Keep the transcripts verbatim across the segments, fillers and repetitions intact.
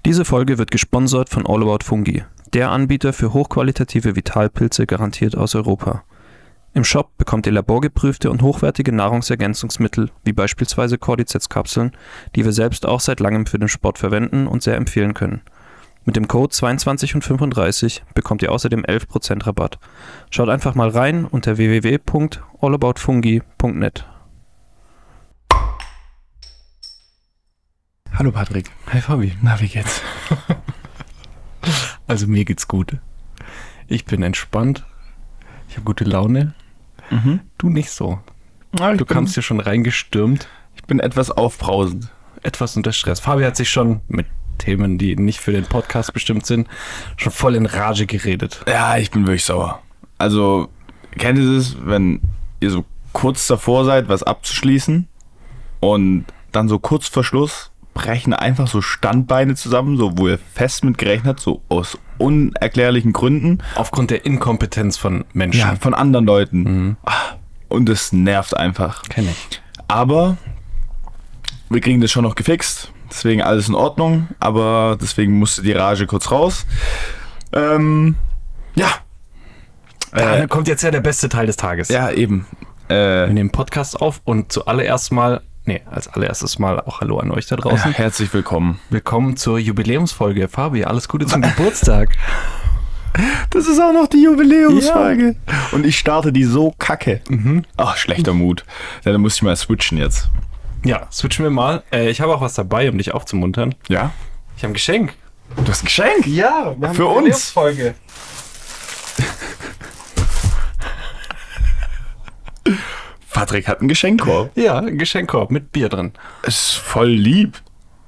Diese Folge wird gesponsert von All About Fungi, der Anbieter für hochqualitative Vitalpilze garantiert aus Europa. Im Shop bekommt ihr laborgeprüfte und hochwertige Nahrungsergänzungsmittel, wie beispielsweise Cordyceps-Kapseln, die wir selbst auch seit langem für den Sport verwenden und sehr empfehlen können. Mit dem Code zweiundzwanzig und fünfunddreißig bekommt ihr außerdem elf Prozent Rabatt. Schaut einfach mal rein unter w w w punkt allaboutfungi punkt net. Hallo Patrick. Hi Fabi. Na, wie geht's? Also mir geht's gut. Ich bin entspannt. Ich habe gute Laune. Mhm. Du nicht so. Ja, Du bin, kamst hier schon reingestürmt. Ich bin etwas aufbrausend. Etwas unter Stress. Fabi hat sich schon mit Themen, die nicht für den Podcast bestimmt sind, schon voll in Rage geredet. Ja, ich bin wirklich sauer. Also, kennt ihr das, wenn ihr so kurz davor seid, was abzuschließen und dann so kurz vor Schluss brechen einfach so Standbeine zusammen, so wo ihr fest mit gerechnet habt, so aus unerklärlichen Gründen. Aufgrund der Inkompetenz von Menschen. Ja, von anderen Leuten. Mhm. Und das nervt einfach. Kenn ich. Aber wir kriegen das schon noch gefixt. Deswegen alles in Ordnung. Aber deswegen musste die Rage kurz raus. Ähm, ja. Da Äh, kommt jetzt ja der beste Teil des Tages. ja, eben. Wir Äh, nehmen Podcast auf und zuallererst mal, nee, als allererstes Mal auch Hallo an euch da ja, draußen. herzlich willkommen. Willkommen zur Jubiläumsfolge. Fabi, alles Gute zum Geburtstag. Das ist auch noch die Jubiläumsfolge. Und ich starte die so kacke. Ach, schlechter Mut. Ja, dann muss ich mal switchen jetzt. Ja, switchen wir mal. Äh, ich habe auch was dabei, um dich aufzumuntern. Ja? Ich habe ein Geschenk. Du hast ein Geschenk? Ja, wir haben Für eine uns. Jubiläumsfolge. Patrick hat einen Geschenkkorb. Ja, ein Geschenkkorb mit Bier drin. Ist voll lieb.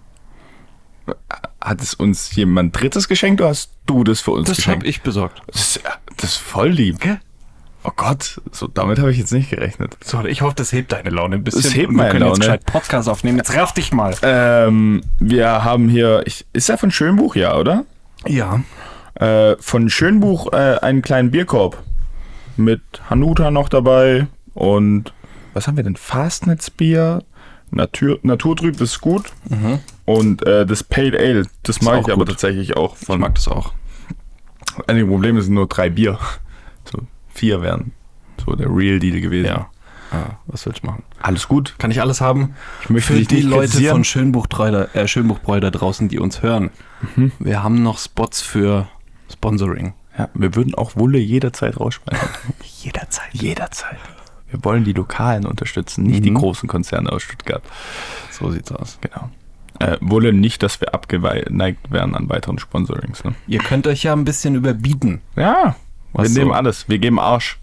Hat es uns jemand Drittes geschenkt oder hast du das für uns Das geschenkt? habe ich besorgt. Das ist, das ist voll lieb. Gell? Oh Gott, so damit habe ich jetzt nicht gerechnet. So, ich hoffe, das hebt deine Laune ein bisschen. Das hebt Und wir meine können jetzt Laune. gescheit Podcast aufnehmen. Jetzt raff dich mal. Ähm, wir haben hier, ich, ist er von Schönbuch, ja, oder? Ja. Äh, von Schönbuch äh, einen kleinen Bierkorb. Mit Hanuta noch dabei und was haben wir denn? Fastnetzbier, Natur, Naturtrüb, das ist gut. Mhm. Und äh, das Pale Ale, das Ist mag auch ich aber gut. tatsächlich auch. Ich mag das auch. Einige Probleme sind nur drei Bier. So vier wären so der Real Deal gewesen. Ja. ja. Was willst du machen? Alles gut. Kann ich alles haben? Ich möchte Für dich die nicht Leute kritisieren. von Schönbuchbräu da, äh, Schönbuchbräu da draußen, die uns hören. Mhm. Wir haben noch Spots für Sponsoring. Ja, wir würden auch Wulle jederzeit rausschmeißen. Jederzeit. Jederzeit. Wir wollen die Lokalen unterstützen, nicht Mhm. die großen Konzerne aus Stuttgart. So sieht's aus. Genau. Äh, Wulle nicht, dass wir abgeneigt werden an weiteren Sponsorings. Ne? Ihr könnt euch ja ein bisschen überbieten. Ja, Was wir so? nehmen alles. Wir geben Arsch.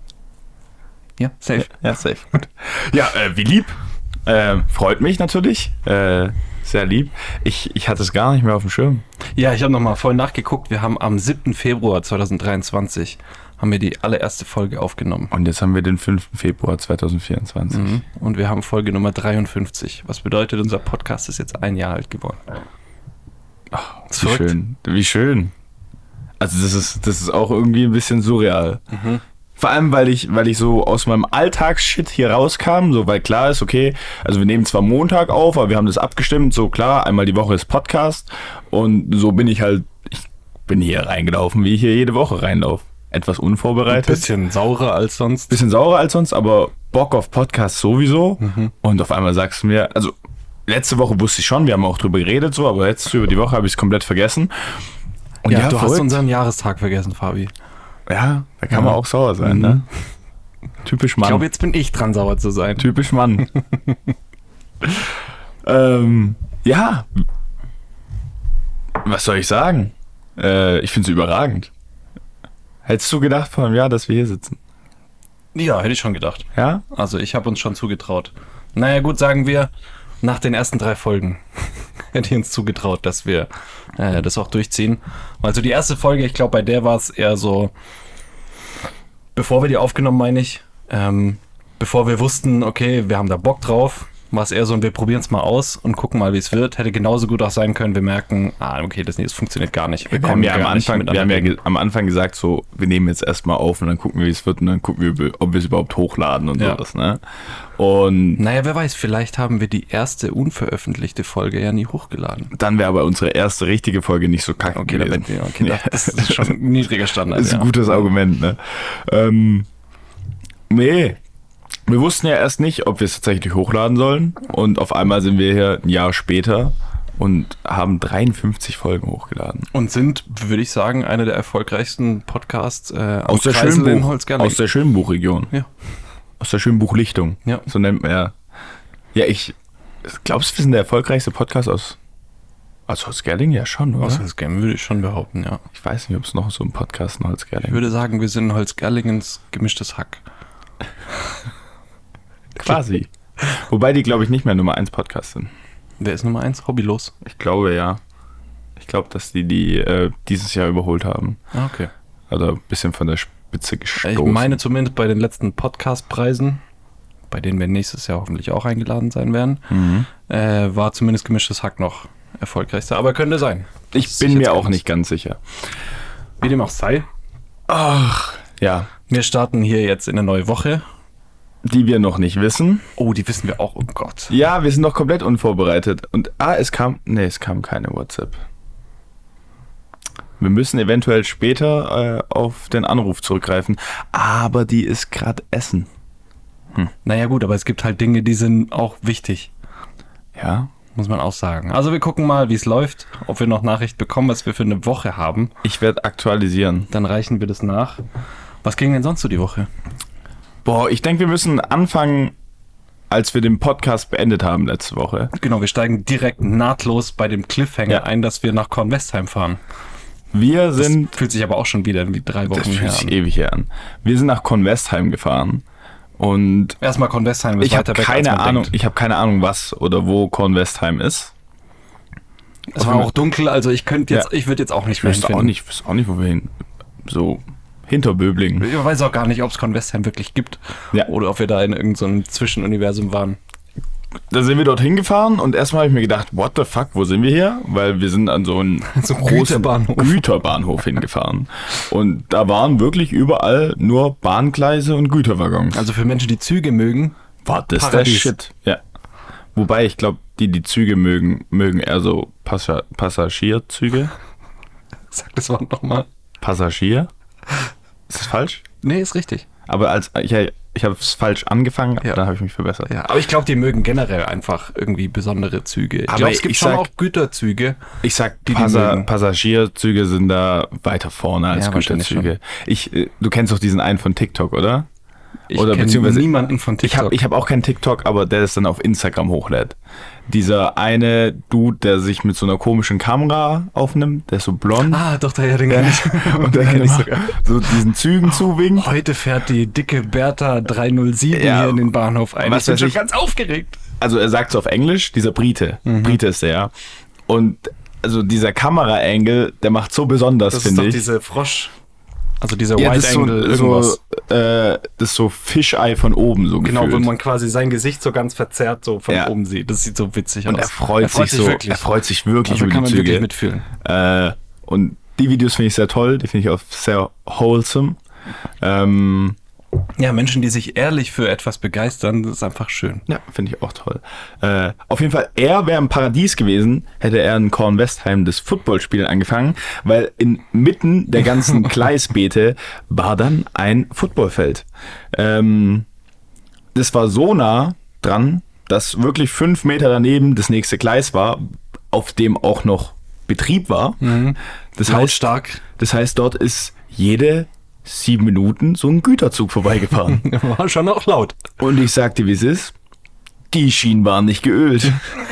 Ja, safe. Ja, safe. Gut. Ja, äh, wie lieb. Äh, freut mich natürlich. Äh, sehr lieb. Ich, ich hatte es gar nicht mehr auf dem Schirm. Ja, ich habe nochmal voll nachgeguckt. Wir haben am siebten Februar zweitausenddreiundzwanzig haben wir die allererste Folge aufgenommen. Und jetzt haben wir den fünften Februar zweitausendvierundzwanzig. Mhm. Und wir haben Folge Nummer dreiundfünfzig. Was bedeutet, unser Podcast ist jetzt ein Jahr alt geworden. Wie Verrückt. schön. Wie schön. Also das ist, das ist auch irgendwie ein bisschen surreal. Mhm. Vor allem, weil ich, weil ich so aus meinem Alltagsshit hier rauskam, so weil klar ist, okay, also wir nehmen zwar Montag auf, aber wir haben das abgestimmt, so klar, einmal die Woche ist Podcast und so bin ich halt, ich bin hier reingelaufen, wie ich hier jede Woche reinlaufe. Etwas Ein unvorbereitet. bisschen saurer als sonst. Bisschen saurer als sonst, aber Bock auf Podcast sowieso. Mhm. Und auf einmal sagst du mir, also letzte Woche wusste ich schon, wir haben auch drüber geredet, so, aber jetzt über die Woche habe ich es komplett vergessen. Und Ja, du hast verrückt. unseren Jahrestag vergessen, Fabi. Ja, da kann Ja. man auch sauer sein, Mhm. ne? Typisch Ich Mann. glaube, jetzt bin ich dran, sauer zu sein. Typisch Mann. ähm, ja. Was soll ich sagen? Äh, ich finde es überragend. Hättest du gedacht vor einem Jahr, dass wir hier sitzen? Ja, hätte ich schon gedacht. Ja? Also ich habe uns schon zugetraut. Naja gut, sagen wir, nach den ersten drei Folgen hätte ich uns zugetraut, dass wir äh, das auch durchziehen. Also die erste Folge, ich glaube, bei der war es eher so, bevor wir die aufgenommen, meine ich, ähm, bevor wir wussten, okay, wir haben da Bock drauf, war es eher so, wir probieren es mal aus und gucken mal, wie es wird. Hätte genauso gut auch sein können, wir merken, ah, okay, das, das funktioniert gar nicht. Wir, Wir haben ja, am Anfang, wir haben ja reden. ge- am Anfang gesagt, so, wir nehmen jetzt erstmal auf und dann gucken wir, wie es wird und dann gucken wir, ob wir es überhaupt hochladen und Ja. sowas, ne? Und Naja, wer weiß, vielleicht haben wir die erste unveröffentlichte Folge ja nie hochgeladen. dann wäre aber unsere erste richtige Folge nicht so kacke Okay, da gewesen. bin, okay das, das ist schon ein niedriger Standard. Das ist ein ja. gutes Argument, ne? Ähm, nee. Wir wussten ja erst nicht, ob wir es tatsächlich hochladen sollen. Und auf einmal sind wir hier ein Jahr später und haben dreiundfünfzig Folgen hochgeladen. Und sind, würde ich sagen, einer der erfolgreichsten Podcasts äh, Aus der, Kreisel in Schönbuch, Holzgerlingen. aus der Schönbuchregion. Ja. Aus der Schönbuchlichtung. Ja. So nennt man ja. Ja, ich. Glaubst du, wir sind der erfolgreichste Podcast aus, aus Holzgerlingen? Ja, schon, oder? Aus Holzgerlingen würde ich schon behaupten, ja. Ich weiß nicht, ob es noch so einen Podcast in Ich Holzgerlingen würde sagen, wir sind Holzgerlingens gemischtes Hack. Quasi. Wobei die, glaube ich, nicht mehr Nummer eins Podcast sind. Wer ist Nummer eins? Hobbylos. Ich glaube, ja. Ich glaube, dass die die äh, dieses Jahr überholt haben. Ah, okay. Also ein bisschen von der Spitze gestoßen. Ich meine zumindest bei den letzten Podcast-Preisen, bei denen wir nächstes Jahr hoffentlich auch eingeladen sein werden, Mhm. äh, war zumindest gemischtes Hack noch erfolgreichster. Aber könnte sein. Ich Das bin ist mir jetzt auch anders. nicht ganz sicher. Wie dem auch sei. Ach, ja. Wir starten hier jetzt in eine neue Woche. Die wir noch nicht wissen. Oh, die wissen wir auch. Oh Gott. Ja, wir sind noch komplett unvorbereitet. Und ah, es kam. Nee, es kam keine WhatsApp. Wir müssen eventuell später äh, auf den Anruf zurückgreifen. Aber die ist gerade essen. Naja gut, aber es gibt halt Dinge, die sind auch wichtig. Ja. Muss man auch sagen. Also wir gucken mal, wie es läuft. Ob wir noch Nachricht bekommen, was wir für eine Woche haben. Ich werde aktualisieren. Dann reichen wir das nach. Was ging denn sonst so die Woche? Boah, ich denke, wir müssen anfangen, als wir den Podcast beendet haben letzte Woche. Genau, wir steigen direkt nahtlos bei dem Cliffhanger Ja. ein, dass wir nach Kornwestheim fahren. Wir Das sind. fühlt sich aber auch schon wieder wie drei Wochen Das fühlt her sich an. ewig her an. Wir sind nach Kornwestheim gefahren. Und Erstmal Kornwestheim ist ich habe weiter weg, als keine man Ahnung, denkt. ich habe keine Ahnung, was oder wo Kornwestheim ist. Es war auch dunkel, also ich könnte jetzt, Ja. ich würde jetzt auch nicht Ich mehr wüsste auch hinfinden. nicht, wüsste auch nicht, wo wir hin. So hinter Böblingen. Ich weiß auch gar nicht, ob es Kornwestheim wirklich gibt. Ja. Oder ob wir da in irgendeinem Zwischenuniversum waren. Da sind wir dorthin gefahren und erstmal habe ich mir gedacht, what the fuck, wo sind wir hier? Weil wir sind an so einen So einen großen Güterbahnhof. Güterbahnhof hingefahren. Und da waren wirklich überall nur Bahngleise und Güterwaggons. Also für Menschen, die Züge mögen, War das der Paradies. Shit? Ja. Wobei, ich glaube, die, die Züge mögen, mögen eher so Passa Passagierzüge. sag das Wort nochmal. Passagier? Ist das falsch? Nee, ist richtig. Aber als ich, ich habe es falsch angefangen, Ja. dann habe ich mich verbessert. Ja, aber ich glaube, die mögen generell einfach irgendwie besondere Züge. Ich Aber glaube, es gibt ich schon sag- auch Güterzüge. Ich sag, Die, die Passa mögen. Passagierzüge sind da weiter vorne als Ja, wahrscheinlich Güterzüge. Ich, äh, du kennst doch diesen einen von TikTok, oder? Ich Oder kenne beziehungsweise- niemanden von Ich TikTok. habe ich hab auch keinen TikTok, aber der das dann auf Instagram hochlädt. Dieser eine Dude, der sich mit so einer komischen Kamera aufnimmt, der ist so blond. ah, doch, der den kenn ich. Und der kenn ich immer sogar. so diesen Zügen zuwinkt. Heute fährt die dicke Bertha drei null sieben Ja, hier in den Bahnhof ein. was Ich bin weiß schon ich. ganz aufgeregt. Also er sagt es auf Englisch, dieser Brite. Mhm. Brite ist der, ja. Und also dieser Kamera-Angle, der macht so besonders, Das ist finde doch ich. diese Frosch. Also dieser Ja, Wide das ist so, Angle so, irgendwas. äh, das ist so Fischei von oben so Genau, gefühlt. wo man quasi sein Gesicht so ganz verzerrt so von Ja. oben sieht. Das sieht so witzig und aus. er freut, sich so, wirklich. er freut sich wirklich Also über kann die man wirklich Züge. mitfühlen. Äh, und die Videos finde ich sehr toll, die finde ich auch sehr wholesome. Ähm, Ja, Menschen, die sich ehrlich für etwas begeistern, das ist einfach schön. ja, finde ich auch toll. Äh, auf jeden Fall, er wäre im Paradies gewesen, hätte er in Kornwestheim das Footballspielen angefangen, weil inmitten der ganzen Gleisbeete war dann ein Footballfeld. Ähm, das war so nah dran, dass wirklich fünf Meter daneben das nächste Gleis war, auf dem auch noch Betrieb war. Das heißt, Lautstark. das heißt, dort ist jede sieben Minuten so ein Güterzug vorbeigefahren. War schon auch laut. Und ich sagte, wie es ist, die Schienen waren nicht geölt.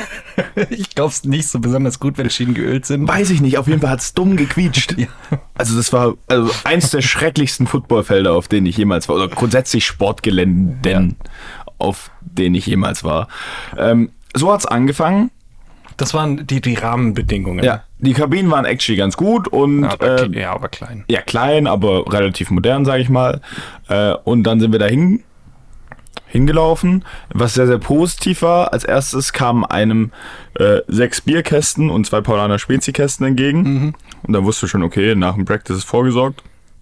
Ich glaube es nicht so besonders gut, wenn Schienen geölt sind. Weiß ich nicht, auf jeden Fall hat es dumm gequietscht. Ja. Also das war also eins der schrecklichsten Footballfelder, auf denen ich jemals war. Oder grundsätzlich Sportgeländen, auf denen ich jemals war. Ähm, so hat's angefangen. Das waren die, die Rahmenbedingungen. Ja, die Kabinen waren actually ganz gut und Aber, äh, kle- ja, aber klein. ja, klein, aber relativ modern, sage ich mal. Äh, und dann sind wir dahin hingelaufen, was sehr, sehr positiv war. Als erstes kamen einem äh, sechs Bierkästen und zwei Paulaner Spezi-Kästen entgegen. Mhm. Und da wusste ich schon, okay, nach dem Practice ist vorgesorgt.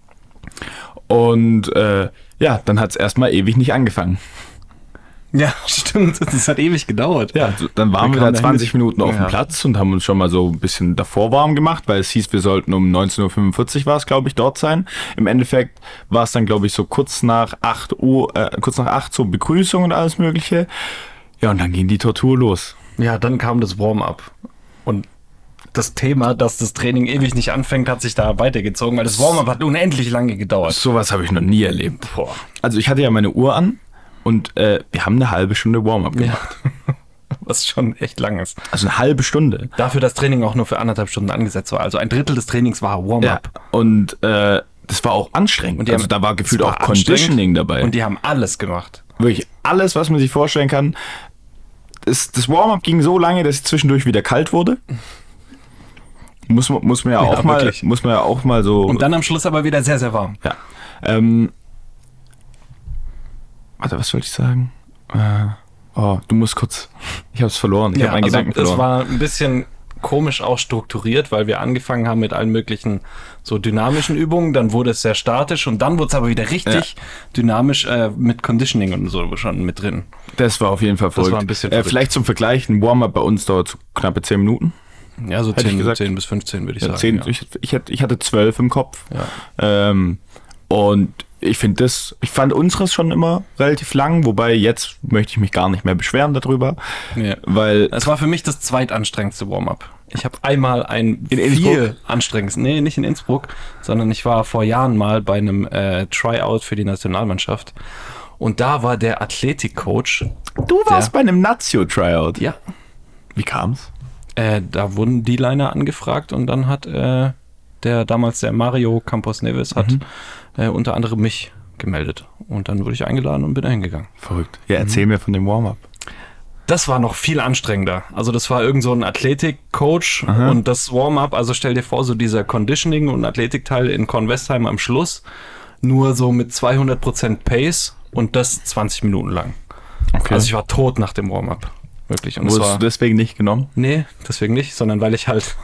Und äh, ja, dann hat es erstmal ewig nicht angefangen. Ja, stimmt. Das hat ewig gedauert. Ja, dann waren wir, wir da zwanzig Minuten auf ja. dem Platz und haben uns schon mal so ein bisschen davor warm gemacht, weil es hieß, wir sollten um neunzehn Uhr fünfundvierzig war es, glaube ich, dort sein. Im Endeffekt war es dann, glaube ich, so kurz nach acht Uhr, äh, kurz nach acht so Begrüßung und alles Mögliche. Ja, und dann ging die Tortur los. Ja, dann kam das Warm-up. Und das Thema, dass das Training ewig nicht anfängt, hat sich da weitergezogen, weil das Warm-up hat unendlich lange gedauert. Sowas habe ich noch nie erlebt. Boah. Also ich hatte ja meine Uhr an. Und äh, wir haben eine halbe Stunde Warm-up gemacht. Ja. Was schon echt lang ist. Also eine halbe Stunde. Dafür, dass Training auch nur für anderthalb Stunden angesetzt war. Also ein Drittel des Trainings war Warm-up. Ja. Und äh, das war auch anstrengend. Und also haben, da war gefühlt war auch Conditioning dabei. Und die haben alles gemacht. Wirklich alles, was man sich vorstellen kann. Das, das Warm-up ging so lange, dass es zwischendurch wieder kalt wurde. Muss, muss, man ja auch ja, mal, muss man ja auch mal so... Und dann am Schluss aber wieder sehr, sehr warm. Ja. Ähm... Warte, was wollte ich sagen? Äh, oh, du musst kurz. Ich habe es verloren. Ich ja, habe meinen also Gedanken verloren. Es war ein bisschen komisch auch strukturiert, weil wir angefangen haben mit allen möglichen so dynamischen Übungen. Dann wurde es sehr statisch und dann wurde es aber wieder richtig ja. dynamisch äh, mit Conditioning und so schon mit drin. Das war auf jeden Fall verrückt. Das war ein bisschen äh, vielleicht zum Vergleich, ein Warm-up bei uns dauert so knappe zehn Minuten. Ja, so zehn, zehn bis fünfzehn würde ich ja, sagen. zehn, ja. ich, ich, hatte, ich hatte zwölf im Kopf. Ja. Ähm, und ich finde das, ich fand unseres schon immer relativ lang, wobei jetzt möchte ich mich gar nicht mehr beschweren darüber. Ja. Weil es war für mich das zweitanstrengendste Warm-up. Ich habe einmal ein in viel anstrengendes, nee, nicht in Innsbruck, sondern ich war vor Jahren mal bei einem äh, Tryout für die Nationalmannschaft und da war der Athletikcoach. Du warst der, bei einem Nazio-Tryout? Ja. Wie kam's? Äh, da wurden D-Liner angefragt und dann hat äh, der damals der Mario Campos Neves hat mhm. äh, unter anderem mich gemeldet. Und dann wurde ich eingeladen und bin da hingegangen. Verrückt. Ja, erzähl mhm. mir von dem Warm-up. Das war noch viel anstrengender. Also das war irgend so ein Athletik-Coach Aha. und das Warm-up, also stell dir vor, so dieser Conditioning- und Athletikteil in Kornwestheim am Schluss, nur so mit zweihundert Prozent Pace und das zwanzig Minuten lang. Okay. Also ich war tot nach dem Warm-up. Wirklich. Und Wurdest du deswegen nicht genommen? Nee, deswegen nicht, sondern weil ich halt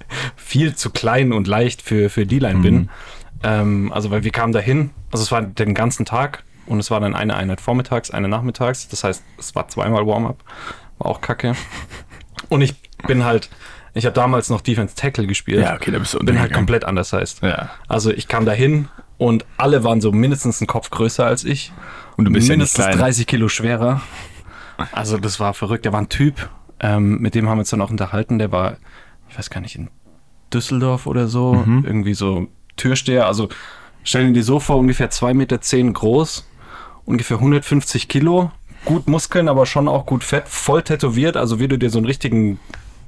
viel zu klein und leicht für, für D-Line mhm. bin. Ähm, also weil wir kamen dahin, also es war den ganzen Tag und es war dann eine Einheit vormittags, eine nachmittags. Das heißt, es war zweimal Warm-up, war auch kacke. Und ich bin halt, ich habe damals noch Defense Tackle gespielt. Ja, okay, da bist du bin halt komplett anders heißt. Ja. Also ich kam dahin und alle waren so mindestens einen Kopf größer als ich. Und du bist mindestens ja nicht dreißig Kilo schwerer. Also das war verrückt. Der war ein Typ, ähm, mit dem haben wir uns dann auch unterhalten. Der war, ich weiß gar nicht, in Düsseldorf oder so. Mhm. Irgendwie so Türsteher. Also stell dir so vor, ungefähr zwei Meter zehn groß, ungefähr hundertfünfzig Kilo. Gut Muskeln, aber schon auch gut Fett, voll tätowiert. Also wie du dir so einen richtigen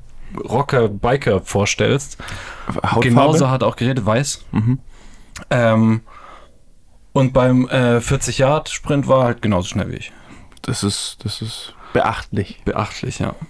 Rocker-Biker vorstellst. Hautfarbe? Genauso hat auch geredet, weiß. Mhm. Ähm, und beim äh, vierzig-Yard-Sprint war halt genauso schnell wie ich. Das ist, das ist beachtlich. Beachtlich, ja.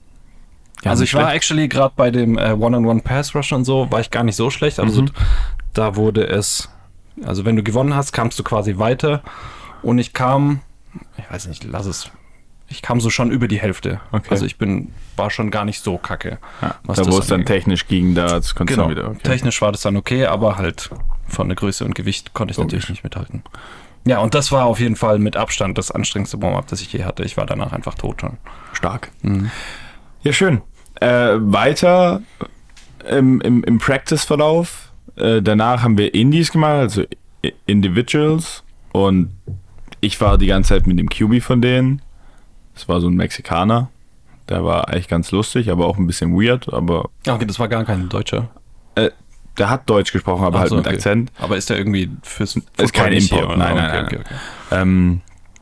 ja also ich schlecht. war actually gerade bei dem äh, One-on-One-Pass-Rush und so, war ich gar nicht so schlecht. Also mhm. da wurde es, also wenn du gewonnen hast, kamst du quasi weiter. Und ich kam, ich weiß nicht, lass es, ich kam so schon über die Hälfte. Okay. Also ich bin, war schon gar nicht so kacke. Ja, da wo es dann technisch ging, da konntest du genau. dann wieder. Okay. Technisch war das dann okay, aber halt von der Größe und Gewicht konnte ich Logisch. natürlich nicht mithalten. Ja, und das war auf jeden Fall mit Abstand das anstrengendste Warm-up, das ich je hatte. Ich war danach einfach tot schon. Stark. Mhm. Ja, schön. Äh, weiter im, im, im Practice-Verlauf. Äh, danach haben wir Indies gemacht, also Individuals. Und ich war die ganze Zeit mit dem Q B von denen. Das war so ein Mexikaner. Der war eigentlich ganz lustig, aber auch ein bisschen weird. Aber okay, das war gar kein Deutscher. Äh, der hat Deutsch gesprochen, aber Ach halt so, mit okay. Akzent. Aber ist der irgendwie fürs Football ist kein nicht Import, hier, nein, okay, nein, nein. Okay, okay. Ähm,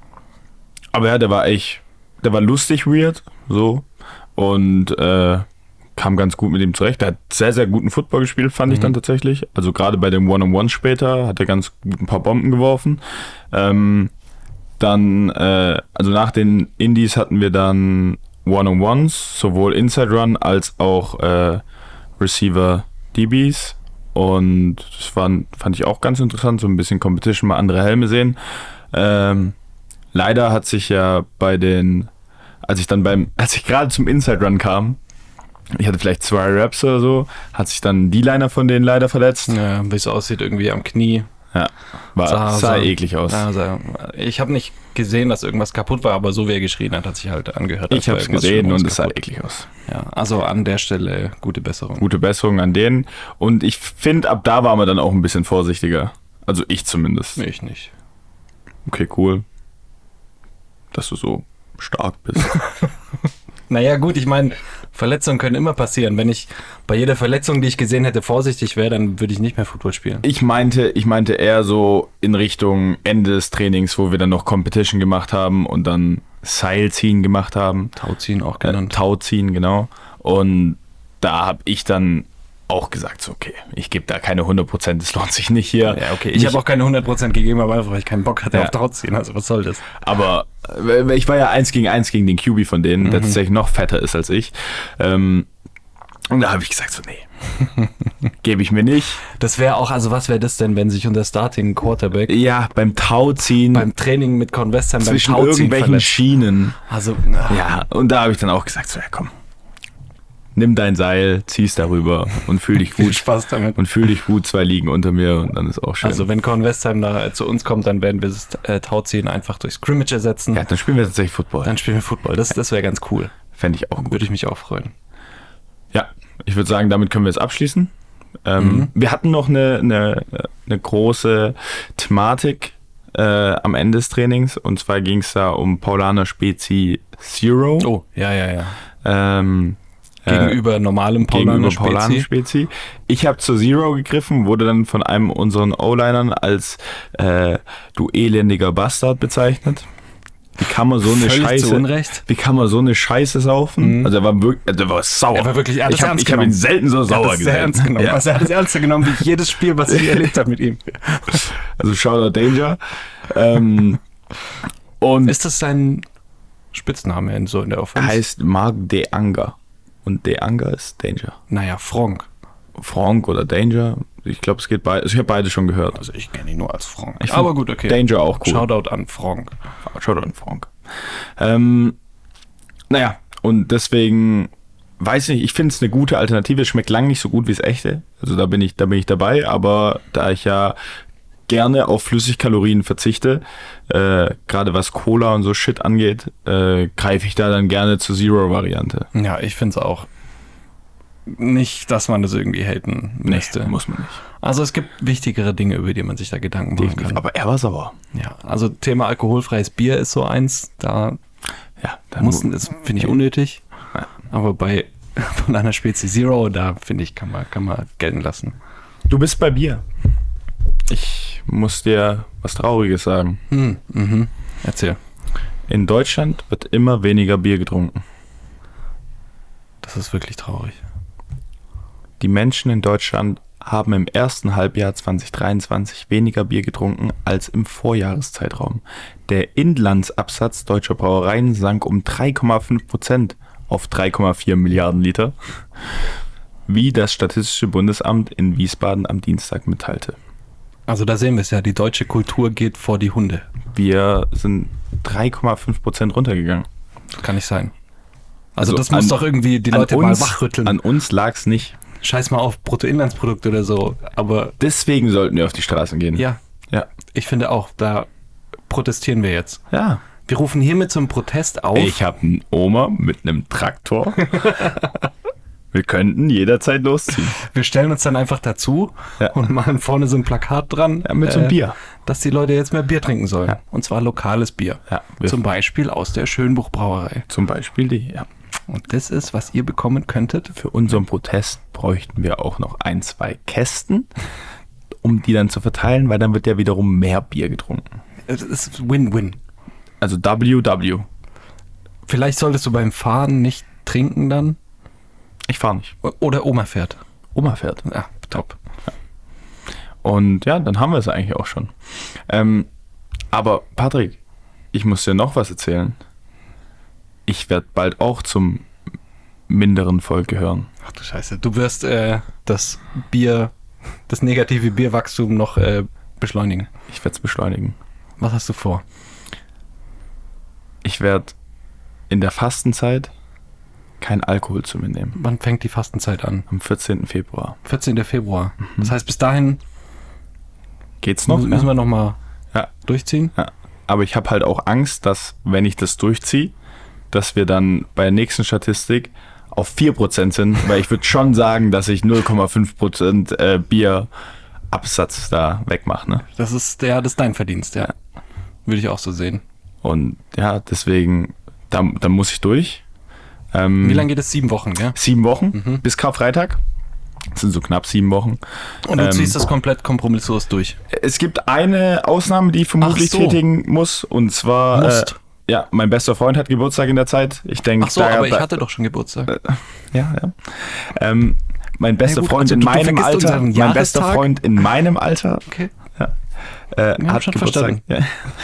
aber ja, der war echt, der war lustig weird, so. Und äh, kam ganz gut mit ihm zurecht. Der hat sehr, sehr guten Football gespielt, fand mhm. ich dann tatsächlich. Also gerade bei dem One-on-One später hat er ganz gut ein paar Bomben geworfen. Ähm, dann, äh, also nach den Indies hatten wir dann One-on-Ones, sowohl Inside Run als auch äh, Receiver D Bs. Und das waren, fand ich auch ganz interessant, so ein bisschen Competition, mal andere Helme sehen. Ähm, leider hat sich ja bei den, als ich dann beim, als ich gerade zum Inside Run kam, ich hatte vielleicht zwei Reps oder so, hat sich dann die Liner von denen leider verletzt. Ja, wie es aussieht, irgendwie am Knie. Ja, war, sah, sah, sah eklig aus. Ja, sah, ich habe nicht gesehen, dass irgendwas kaputt war, aber so wie er geschrien hat, hat sich halt angehört. Ich habe es gesehen und es sah eklig aus. Ja, also an der Stelle gute Besserung. Gute Besserung an denen. Und ich finde, ab da waren wir dann auch ein bisschen vorsichtiger. Also ich zumindest. Ich nicht. Okay, cool. Dass du so stark bist. Naja gut, ich meine, Verletzungen können immer passieren. Wenn ich bei jeder Verletzung, die ich gesehen hätte, vorsichtig wäre, dann würde ich nicht mehr Football spielen. Ich meinte, ich meinte eher so in Richtung Ende des Trainings, wo wir dann noch Competition gemacht haben und dann Seilziehen gemacht haben. Tauziehen auch genannt. Äh, Tauziehen, genau. Und da habe ich dann auch gesagt, so okay, ich gebe da keine hundert Prozent, das lohnt sich nicht hier. Ja, okay, ich habe auch keine hundert Prozent gegeben, aber einfach, weil ich keinen Bock hatte ja. auf Tauziehen, also was soll das? Aber äh, ich war ja eins gegen eins gegen den Q B von denen, mhm. der tatsächlich noch fetter ist als ich. Ähm, und da habe ich gesagt, so nee, gebe ich mir nicht. Das wäre auch, also was wäre das denn, wenn sich unser Starting Quarterback ja, beim Tauziehen, beim Training mit Convestern, beim zwischen Tauziehen irgendwelchen verletzt. Schienen. Also, ja, und da habe ich dann auch gesagt, so ja komm, nimm dein Seil, zieh's darüber und fühl dich gut. Viel Spaß damit. Und fühl dich gut, zwei liegen unter mir und dann ist auch schön. Also wenn Korn Westheim da zu uns kommt, dann werden wir das äh, Tauziehen einfach durch Scrimmage ersetzen. Ja, dann spielen wir tatsächlich Football. Dann spielen wir Football. Das, das wäre ganz cool. Fände ich auch gut. Würde ich mich auch freuen. Ja, ich würde sagen, damit können wir es abschließen. Ähm, Mhm. Wir hatten noch eine, eine, eine große Thematik äh, am Ende des Trainings und zwar ging es da um Paulaner Spezi Zero. Oh, ja, ja, ja. Ähm, Gegenüber normalem Paulaner Gegenüber Paulaner Spezi. Ich habe zur Zero gegriffen, wurde dann von einem unseren O-Linern als äh, du elendiger Bastard bezeichnet. Wie kann man so eine Völlig Scheiße, zu Unrecht. wie kann man so eine Scheiße saufen? Mhm. Also er war wirklich, also er war sauer. Er war wirklich, er hat ich das habe ernst ich hab ihn genommen. selten so Er sauer hat das sehr gesehen. ernst genommen. Ja. Also er hat es ernster genommen, wie jedes Spiel, was ich erlebt habe mit ihm. Also Shoutout Danger. ähm, und Ist das sein Spitzname in, so in der Offense? heißt Mark De Anger. Und De Anger ist Danger. Naja, Frank. Frank oder Danger. Ich glaube, es geht beide. Ich habe beide schon gehört. Also ich kenne ihn nur als Frank. Ich find Aber gut, okay. Danger auch cool. Shoutout an Frank. Shoutout an Frank. Ähm, naja, und deswegen weiß ich, ich finde es eine gute Alternative. Es schmeckt lang nicht so gut wie das echte. Also da bin ich, da bin ich dabei. Aber da ich ja gerne auf Flüssigkalorien verzichte, äh, gerade was Cola und so Shit angeht, äh, greife ich da dann gerne zur Zero-Variante. Ja, ich finde es auch. Nicht, dass man das irgendwie haten müsste. Nee, muss man nicht. Also es gibt wichtigere Dinge, über die man sich da Gedanken machen Definitiv. kann. Aber er war sauer. Ja, also Thema alkoholfreies Bier ist so eins, da Ja, da mussten, das finde ich unnötig. Ja. Aber bei von einer Spezie Zero, da finde ich, kann man, kann man gelten lassen. Du bist bei Bier. Ich muss dir was Trauriges sagen. Hm, mhm. Erzähl. In Deutschland wird immer weniger Bier getrunken. Das ist wirklich traurig. Die Menschen in Deutschland haben im ersten Halbjahr zwanzig dreiundzwanzig weniger Bier getrunken als im Vorjahreszeitraum. Der Inlandsabsatz deutscher Brauereien sank um drei Komma fünf Prozent auf drei Komma vier Milliarden Liter, wie das Statistische Bundesamt in Wiesbaden am Dienstag mitteilte. Also da sehen wir es ja, die deutsche Kultur geht vor die Hunde. Wir sind drei Komma fünf Prozent runtergegangen. Das kann nicht sein. Also, Also das muss an- doch irgendwie die An Leute uns, mal wachrütteln. an uns lag's nicht. Scheiß mal auf Bruttoinlandsprodukt oder so. Aber Deswegen sollten wir auf die Straßen gehen. ja, Ja. ich finde auch, da protestieren wir jetzt. Ja. Wir rufen hiermit zum Protest auf. Ich habe einen Oma mit einem Traktor. Wir könnten jederzeit losziehen. Wir stellen uns dann einfach dazu Ja. und machen vorne so ein Plakat dran, Ja, mit so einem Bier. dass die Leute jetzt mehr Bier trinken sollen. Ja. Und zwar lokales Bier. Ja, wir- Zum Beispiel aus der Schönbuch-Brauerei. Zum Beispiel die, ja. Und das ist, was ihr bekommen könntet. Für unseren Protest bräuchten wir auch noch ein, zwei Kästen, um die dann zu verteilen, weil dann wird ja wiederum mehr Bier getrunken. Das ist Win-Win. Also W W. Vielleicht solltest du beim Fahren nicht trinken dann. Ich fahre nicht. Oder Oma fährt. Oma fährt. Ja, top. Und ja, dann haben wir es eigentlich auch schon. Ähm, aber Patrick, ich muss dir noch was erzählen. Ich werde bald auch zum minderen Volk gehören. Ach du Scheiße. Du wirst äh, das Bier, das negative Bierwachstum noch äh, beschleunigen. Ich werde es beschleunigen. Was hast du vor? ich werde in der Fastenzeit kein Alkohol zu mir nehmen. Wann fängt die Fastenzeit an? Am vierzehnten Februar. vierzehnten Februar. Mhm. Das heißt, bis dahin geht's noch? Müssen, müssen wir nochmal ja. durchziehen? Ja. Aber ich habe halt auch Angst, dass, wenn ich das durchziehe, dass wir dann bei der nächsten Statistik auf vier Prozent sind, weil ich würde schon sagen, dass ich null Komma fünf Prozent äh, Bierabsatz da wegmache. Ne? Das ist der, das ist dein Verdienst, ja. ja. Würde ich auch so sehen. Und ja, deswegen, da, da muss ich durch. Ähm, Wie lange geht es? Sieben Wochen, gell? Sieben Wochen mhm. bis Karfreitag. Das sind so knapp sieben Wochen. Und du ähm, ziehst das komplett kompromisslos durch? Es gibt eine Ausnahme, die ich vermutlich so. tätigen muss. Und zwar, äh, ja, mein bester Freund hat Geburtstag in der Zeit. Ich denke, Ach so, da, aber ich da, hatte doch schon Geburtstag. Äh, ja, ja. Ähm, mein bester ja, Freund also, in du, meinem du Alter, mein bester Freund in meinem Alter, okay. ja, äh, hat schon Geburtstag. Ja.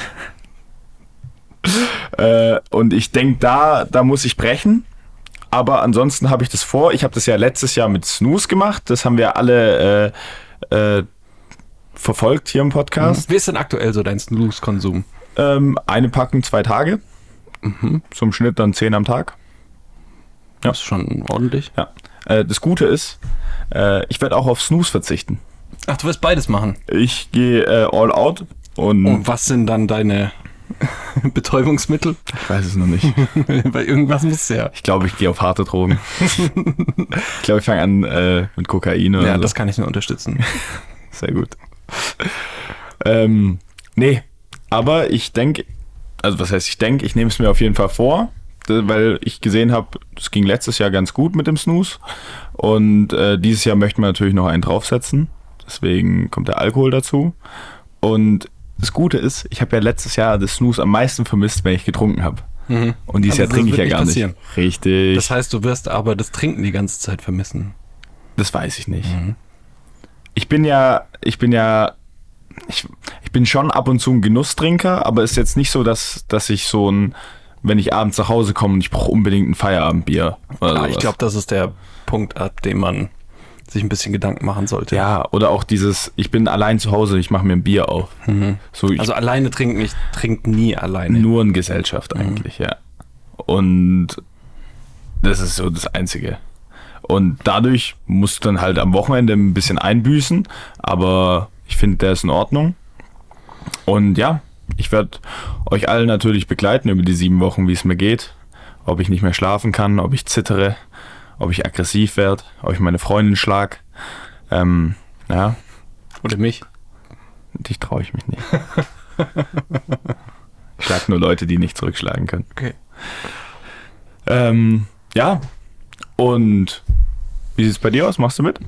äh, und ich denke, da, da muss ich brechen. Aber ansonsten habe ich das vor. Ich habe das ja letztes Jahr mit Snooze gemacht. Das haben wir alle äh, äh, verfolgt hier im Podcast. Wie ist denn aktuell so dein Snooze-Konsum? Ähm, eine Packung, zwei Tage. Mhm. Zum Schnitt dann zehn am Tag. Ja. Das ist schon ordentlich. Ja. Äh, das Gute ist, äh, ich werde auch auf Snooze verzichten. Ach, du wirst beides machen? Ich gehe äh, all out. Und, und was sind dann deine Betäubungsmittel? Ich weiß es noch nicht. Weil irgendwas muss ja. Ich glaube, ich gehe auf harte Drogen. Ich glaube, ich fange an äh, mit Kokain oder Ja, so. Das kann ich nur unterstützen. Sehr gut. ähm, nee, aber ich denke, also was heißt ich denke, ich nehme es mir auf jeden Fall vor, weil ich gesehen habe, es ging letztes Jahr ganz gut mit dem Snooze und äh, dieses Jahr möchten wir natürlich noch einen draufsetzen. Deswegen kommt der Alkohol dazu. Und das Gute ist, ich habe ja letztes Jahr das Snooze am meisten vermisst, wenn ich getrunken habe. Mhm. Und dieses also Jahr trinke ich ja gar nicht. Passieren. Richtig. Das heißt, du wirst aber das Trinken die ganze Zeit vermissen. Das weiß ich nicht. Mhm. Ich bin ja, ich bin ja, ich, ich bin schon ab und zu ein Genusstrinker, aber es ist jetzt nicht so, dass, dass ich so ein, wenn ich abends nach Hause komme und ich brauche unbedingt ein Feierabendbier. Oder ja, ich glaube, das ist der Punkt, ab dem man sich ein bisschen Gedanken machen sollte. Ja, oder auch dieses, ich bin allein zu Hause, ich mache mir ein Bier auf. Mhm. So, ich, also alleine trinken, ich trinke nie alleine. Nur in Gesellschaft eigentlich, mhm. ja. Und das ist so das Einzige. Und dadurch musst du dann halt am Wochenende ein bisschen einbüßen, aber ich finde, der ist in Ordnung. Und ja, ich werde euch alle natürlich begleiten über die sieben Wochen, wie es mir geht. Ob ich nicht mehr schlafen kann, ob ich zittere, ob ich aggressiv werde, ob ich meine Freundin schlag. Ähm, ja. Oder mich. Dich traue ich mich nicht. Ich schlag nur Leute, die nicht zurückschlagen können. Okay. Ähm, ja. Und wie sieht es bei dir aus? Machst du mit?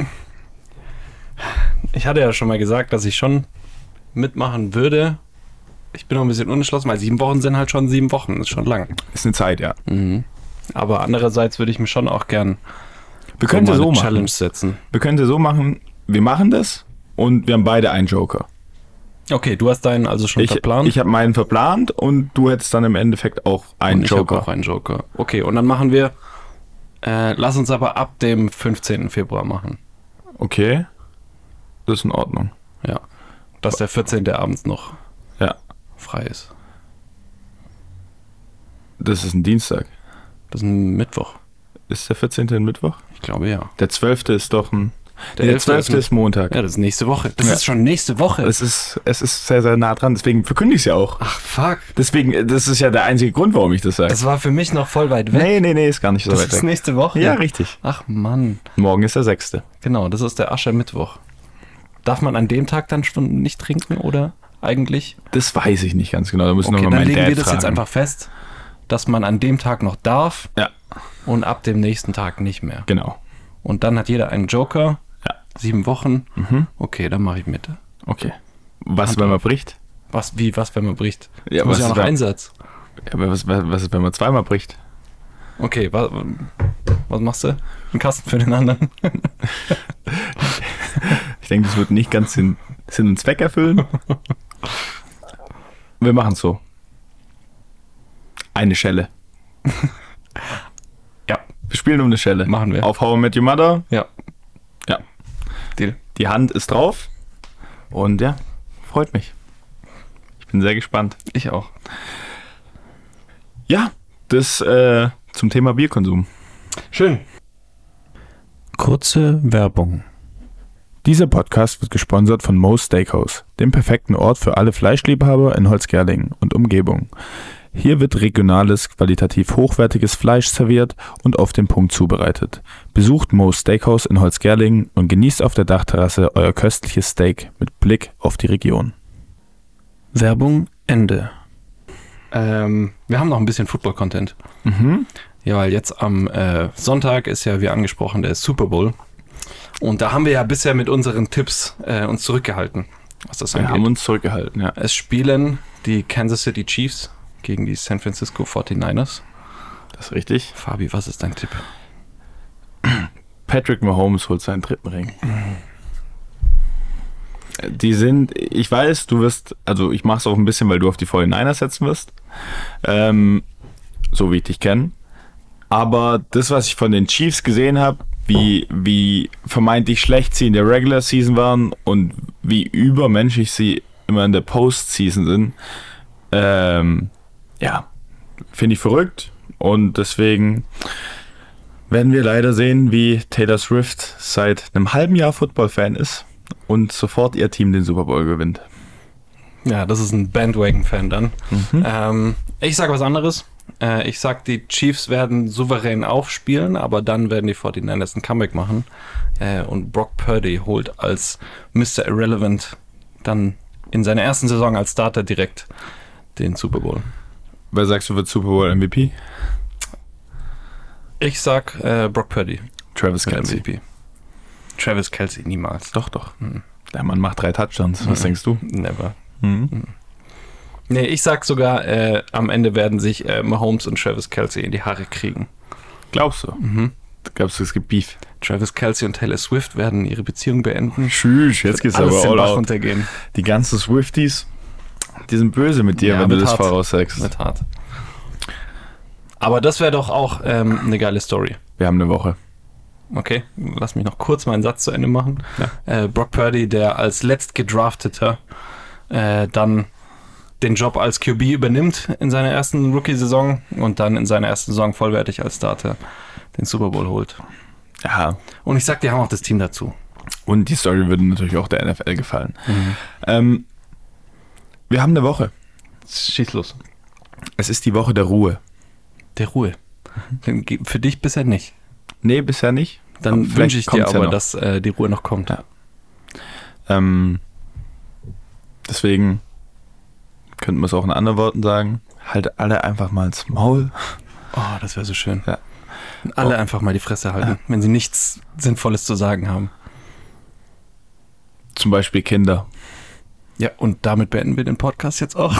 Ich hatte ja schon mal gesagt, dass ich schon mitmachen würde. Ich bin noch ein bisschen unentschlossen, weil sieben Wochen sind halt schon sieben Wochen. Das ist schon lang. Ist eine Zeit, ja. Mhm. Aber andererseits würde ich mir schon auch gern wir können so eine so Challenge machen. setzen. Wir können so machen, wir machen das und wir haben beide einen Joker. Okay, du hast deinen also schon ich, verplant? Ich habe meinen verplant und du hättest dann im Endeffekt auch einen und ich Joker. Ich auch einen Joker. Okay, und dann machen wir, äh, lass uns aber ab dem fünfzehnten Februar machen. Okay, das ist in Ordnung. Ja, dass der vierzehnte abends noch ja. frei ist. Das ist ein Dienstag. Das ist ein Mittwoch. Ist der vierzehnte ein Mittwoch? Ich glaube ja. Der zwölfte ist doch ein... Der, nee, der zwölfte ist, ist Montag. Ja, das ist nächste Woche. Das ja. ist schon nächste Woche. Es ist, es ist sehr, sehr nah dran. Deswegen verkündige ich es ja auch. Ach, fuck. Deswegen, das ist ja der einzige Grund, warum ich das sage. Das war für mich noch voll weit weg. Nee, nee, nee, ist gar nicht so das weit weg. Das ist nächste Woche? Ja, richtig. Ach, Mann. Morgen ist der sechste. Genau, das ist der Aschermittwoch. Darf man an dem Tag dann schon nicht trinken, oder eigentlich? Das weiß ich nicht ganz genau. Da müssen okay, wir mal meinen Dad fragen. Dann legen wir das fragen. jetzt einfach fest, dass man an dem Tag noch darf. Ja. Und ab dem nächsten Tag nicht mehr. Genau. Und dann hat jeder einen Joker. Ja. Sieben Wochen. Mhm. Okay, dann mache ich mit. Okay. Was, Hand wenn man auf. bricht? Was, wie, was, wenn man bricht? Ja, das muss ja noch wenn, Einsatz. Ja, aber was, was ist, wenn man zweimal bricht? Okay, was, was machst du? Einen Kasten für den anderen? Ich denke, das wird nicht ganz Sinn, Sinn und Zweck erfüllen. Wir machen es so. Eine Schelle. Ja. Wir spielen um eine Schelle. Machen wir. Auf How I Met Your Mother. Ja. Ja. Deal. Die Hand ist drauf. Und ja, freut mich. Ich bin sehr gespannt. Ich auch. Ja, das äh, zum Thema Bierkonsum. Schön. Kurze Werbung. Dieser Podcast wird gesponsert von Moe's Steakhouse, dem perfekten Ort für alle Fleischliebhaber in Holzgerlingen und Umgebung. Hier wird regionales, qualitativ hochwertiges Fleisch serviert und auf den Punkt zubereitet. Besucht Moe's Steakhouse in Holzgerlingen und genießt auf der Dachterrasse euer köstliches Steak mit Blick auf die Region. Werbung Ende. Ähm, wir haben noch ein bisschen Football-Content. Mhm. Ja, weil jetzt am äh, Sonntag ist ja, wie angesprochen, der Super Bowl. Und da haben wir ja bisher mit unseren Tipps äh, uns zurückgehalten, was das Wir angeht. haben uns zurückgehalten, ja. Es spielen die Kansas City Chiefs gegen die San Francisco forty-niners. Das ist richtig. Fabi, was ist dein Tipp? Patrick Mahomes holt seinen dritten Ring. Die sind, ich weiß, du wirst, also ich mache es auch ein bisschen, weil du auf die forty-niners setzen wirst. Ähm, so wie ich dich kenne. Aber das, was ich von den Chiefs gesehen habe, wie, wie vermeintlich schlecht sie in der Regular Season waren und wie übermenschlich sie immer in der Postseason sind, ähm, ja, finde ich verrückt. Und deswegen werden wir leider sehen, wie Taylor Swift seit einem halben Jahr Football-Fan ist und sofort ihr Team den Super Bowl gewinnt. Ja, das ist ein Bandwagon-Fan dann. Mhm. Ähm, ich sag was anderes. Äh, ich sag, die Chiefs werden souverän aufspielen, aber dann werden die forty-niners ein Comeback machen. Äh, und Brock Purdy holt als Mister Irrelevant dann in seiner ersten Saison als Starter direkt den Super Bowl. Wer sagst du, wird Super Bowl M V P? Ich sag äh, Brock Purdy. Travis mit Kelce. M V P. Travis Kelce niemals. Doch, doch. Mhm. Der Mann macht drei Touchdowns. Was Mhm. denkst du? Never. Mhm. Nee, ich sag sogar, äh, am Ende werden sich äh, Mahomes und Travis Kelce in die Haare kriegen. Glaubst du? Mhm. Glaubst du, es gibt Beef? Travis Kelce und Taylor Swift werden ihre Beziehung beenden. Tschüss, jetzt geht's Alles aber den all Bach out. runtergehen. Die ganzen Swifties, die sind böse mit dir, Ja, wenn du wird das hart. voraussagst. Wird hart. Aber das wäre doch auch ähm, eine geile Story. Wir haben eine Woche. Okay, lass mich noch kurz meinen Satz zu Ende machen. Ja. Äh, Brock Purdy, der als letztgedrafteter äh, dann den Job als Q B übernimmt in seiner ersten Rookie-Saison und dann in seiner ersten Saison vollwertig als Starter den Super Bowl holt. Ja. Und ich sag, die haben auch das Team dazu. Und die Story würde natürlich auch der N F L gefallen. Ähm, wir haben eine Woche. Schieß los. Es ist die Woche der Ruhe. Der Ruhe. Für dich bisher nicht. Nee, bisher nicht. Dann Aber vielleicht wünsche ich dir kommt's ja aber, noch. dass äh, die Ruhe noch kommt. Ja. Ähm, deswegen könnten wir es auch in anderen Worten sagen. Halt alle einfach mal ins Maul. Oh, das wäre so schön. Ja. Alle Oh. einfach mal die Fresse halten, Ja. wenn sie nichts Sinnvolles zu sagen haben. Zum Beispiel Kinder. Ja, und damit beenden wir den Podcast jetzt auch.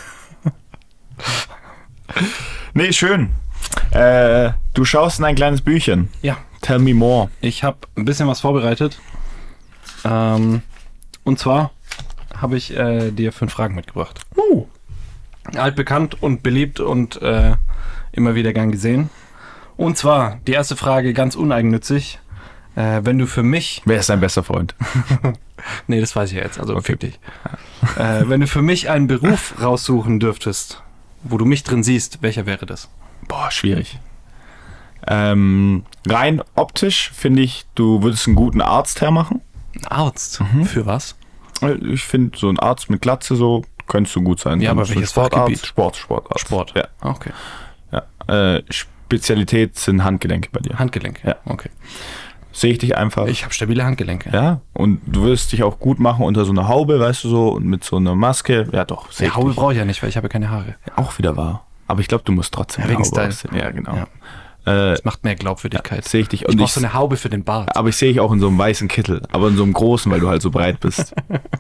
Nee, schön. Äh, du schaust in ein kleines Büchchen. Ja. Tell me more. Ich habe ein bisschen was vorbereitet. Ähm, und zwar habe ich äh, dir fünf Fragen mitgebracht. Uh. Altbekannt und beliebt und äh, immer wieder gern gesehen. Und zwar die erste Frage, ganz uneigennützig. Äh, wenn du für mich... Wer ist dein bester Freund? Nee, das weiß ich ja jetzt, also Okay. fick dich. Äh, wenn du für mich einen Beruf raussuchen dürftest, wo du mich drin siehst, welcher wäre das? Boah, schwierig. Ähm, rein optisch finde ich, du würdest einen guten Arzt hermachen. Ein Arzt? Mhm. Für was? Ich finde, so ein Arzt mit Glatze, so könntest du gut sein. Ja, aber So ein welches Sportarzt? Fachgebiet? Sport, Sportarzt. Sport. Ja. Ah, okay. ja. Äh, Spezialität sind Handgelenke bei dir. Handgelenk. Ja. Okay. Sehe ich dich einfach. Ich habe stabile Handgelenke. Ja, und du wirst dich auch gut machen unter so einer Haube, weißt du so, und mit so einer Maske. Ja, doch, sehe Die ich Haube dich. brauche ich ja nicht, weil ich habe keine Haare. Auch wieder wahr. Aber ich glaube, du musst trotzdem Ja, eine wegen Haube Style. aussehen. Ja, genau. Ja. Äh, Das macht mehr Glaubwürdigkeit. sehe ich dich. Ich Und brauche ich, so eine Haube für den Bart. aber ich sehe dich auch in so einem weißen Kittel, aber in so einem großen, weil du halt so breit bist.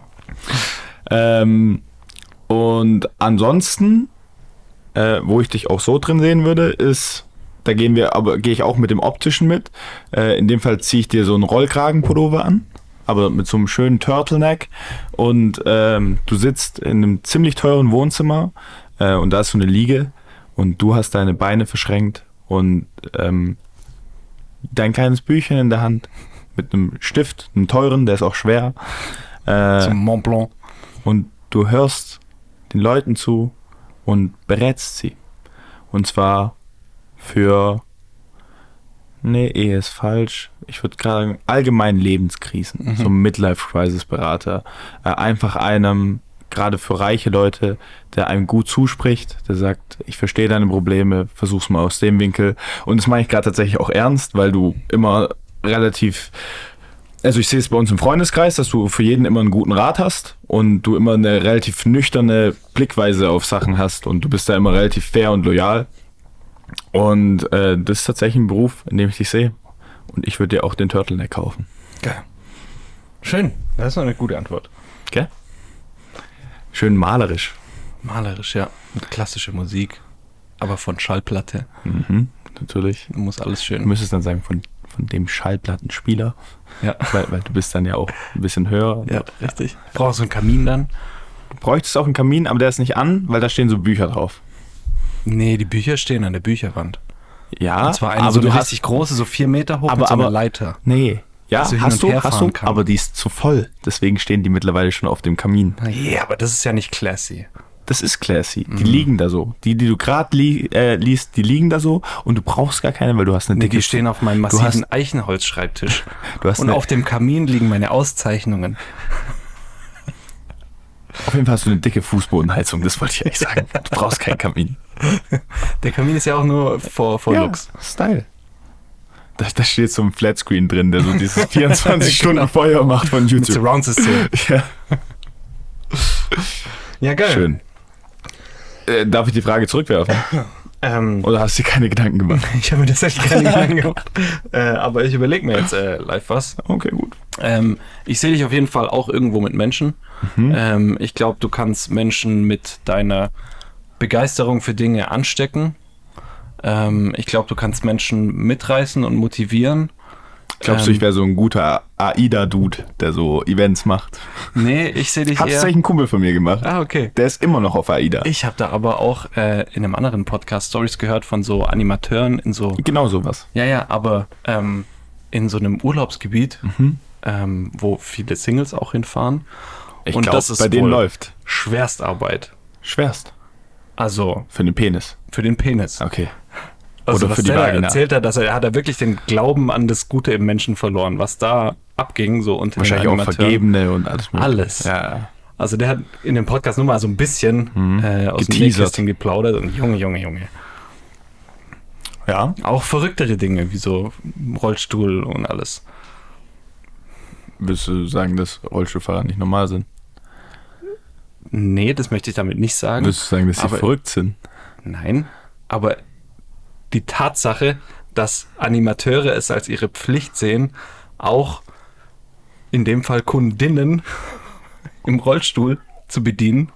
ähm, und ansonsten, äh, wo ich dich auch so drin sehen würde, ist, da gehen wir, aber gehe ich auch mit dem Optischen mit. Äh, in dem Fall ziehe ich dir so einen Rollkragenpullover an, aber mit so einem schönen Turtleneck, und ähm, du sitzt in einem ziemlich teuren Wohnzimmer äh, und da ist so eine Liege und du hast deine Beine verschränkt und ähm, dein kleines Büchchen in der Hand mit einem Stift, einem teuren, der ist auch schwer. Äh, Zum Mont Blanc. und du hörst den Leuten zu und berätst sie. Und zwar für... Nee, Ehe ist falsch. Ich würde gerade sagen, allgemein Lebenskrisen. Mhm. So ein Midlife-Crisis-Berater. Äh, einfach einem, gerade für reiche Leute, der einem gut zuspricht, der sagt, ich verstehe deine Probleme, versuch's mal aus dem Winkel. Und das meine ich gerade tatsächlich auch ernst, weil du immer relativ... Also ich sehe es bei uns im Freundeskreis, dass du für jeden immer einen guten Rat hast und du immer eine relativ nüchterne Blickweise auf Sachen hast und du bist da immer relativ fair und loyal. Und äh, das ist tatsächlich ein Beruf, in dem ich dich sehe. Und ich würde dir auch den Turtleneck kaufen. Geil. Schön. Das ist noch eine gute Antwort. Gell? Schön malerisch. Malerisch, ja. Mit klassischer Musik, aber von Schallplatte. Mhm, natürlich. Muss alles Du schön. müsstest dann sagen, von, von dem Schallplattenspieler. Ja, Weil, weil du bist dann ja auch ein bisschen höher. ja, richtig. Brauchst du einen Kamin dann? Du bräuchtest auch einen Kamin, aber der ist nicht an, weil da stehen so Bücher drauf. Nee, die Bücher stehen an der Bücherwand. Ja, Und zwar eine aber so du eine hast... richtig große, so vier Meter hoch Aber- mit so einer aber- Leiter. Nee. Ja, Dass du hin hast und du, her hast fahren du, kann. aber die ist zu voll. Deswegen stehen die mittlerweile schon auf dem Kamin. Ja, aber das ist ja nicht classy. Das ist classy. Die liegen da so. Die, die du gerade li äh, liest, die liegen da so und du brauchst gar keine, weil du hast eine Nee, dicke... die stehen auf meinem du massiven hast, Eichenholzschreibtisch. du hast Und eine, auf dem Kamin liegen meine Auszeichnungen. auf jeden Fall hast du eine dicke Fußbodenheizung, das wollte ich eigentlich sagen. Du brauchst keinen Kamin. Der Kamin ist ja auch nur for, for looks. Style. Da, da steht so ein Flatscreen drin, der so dieses vierundzwanzig Stunden Genau. Feuer macht von Mit YouTube. Surround-System. Ja, Ja, geil. schön. Äh, darf ich die Frage zurückwerfen? Ähm, Oder hast du dir keine Gedanken gemacht? ich habe mir das echt keine Gedanken gemacht. Äh, aber ich überlege mir jetzt äh, live was. Okay, gut. Ähm, ich sehe dich auf jeden Fall auch irgendwo mit Menschen. Mhm. Ähm, ich glaube, du kannst Menschen mit deiner Begeisterung für Dinge anstecken. Ähm, ich glaube, du kannst Menschen mitreißen und motivieren. Glaubst du, Ähm, ich wäre so ein guter AIDA-Dude, der so Events macht? Nee, ich sehe dich Hat eher... tatsächlich ein Kumpel von mir gemacht. Ah, okay. Der ist immer noch auf AIDA. Ich habe da aber auch äh, in einem anderen Podcast Stories gehört von so Animateuren in so... Genau sowas. Ja, ja, aber ähm, in so einem Urlaubsgebiet, ähm, wo viele Singles auch hinfahren. Ich Und glaube, das ist bei denen wohl läuft. Schwerstarbeit. Schwerst. Also Für den Penis. für den Penis. Okay. Also Oder was für die der da Vagina. erzählt hat, dass er, er hat da wirklich den Glauben an das Gute im Menschen verloren, was da abging, so unter Wahrscheinlich den auch Animateuren. Vergebene und alles mögliche. Alles. Ja. Also der hat in dem Podcast nur mal so ein bisschen Mhm. äh, aus dem Geteasert. Nähkästchen geplaudert und Junge, Junge, Junge. Ja. Auch verrücktere Dinge, wie so Rollstuhl und alles. Willst du sagen, dass Rollstuhlfahrer nicht normal sind? Nee, das möchte ich damit nicht sagen. Willst du sagen, dass sie Aber- verrückt sind? Nein, aber die Tatsache, dass Animateure es als ihre Pflicht sehen, auch in dem Fall Kundinnen im Rollstuhl zu bedienen,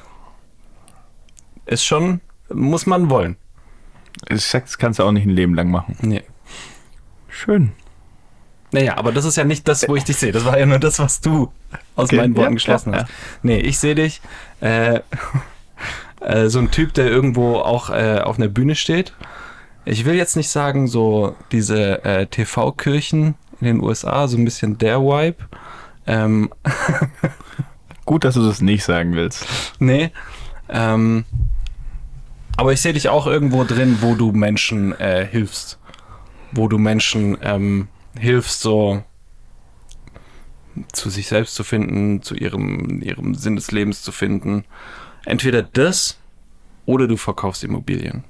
ist schon, muss man wollen. Ich sag, das kannst du auch nicht ein Leben lang machen. Nee. Schön. Naja, aber das ist ja nicht das, wo ich dich sehe. Das war ja nur das, was du aus Okay, meinen Worten ja, geschlossen ja, hast. Nee, ich sehe dich äh, äh, so ein Typ, der irgendwo auch äh, auf einer Bühne steht. Ich will jetzt nicht sagen, so diese äh, T V-Kirchen in den U S A, so ein bisschen der Vibe. Ähm, Gut, dass du das nicht sagen willst. nee. Ähm, aber ich sehe dich auch irgendwo drin, wo du Menschen äh, hilfst. Wo du Menschen ähm, hilfst, so zu sich selbst zu finden, zu ihrem, ihrem Sinn des Lebens zu finden. Entweder das oder du verkaufst Immobilien.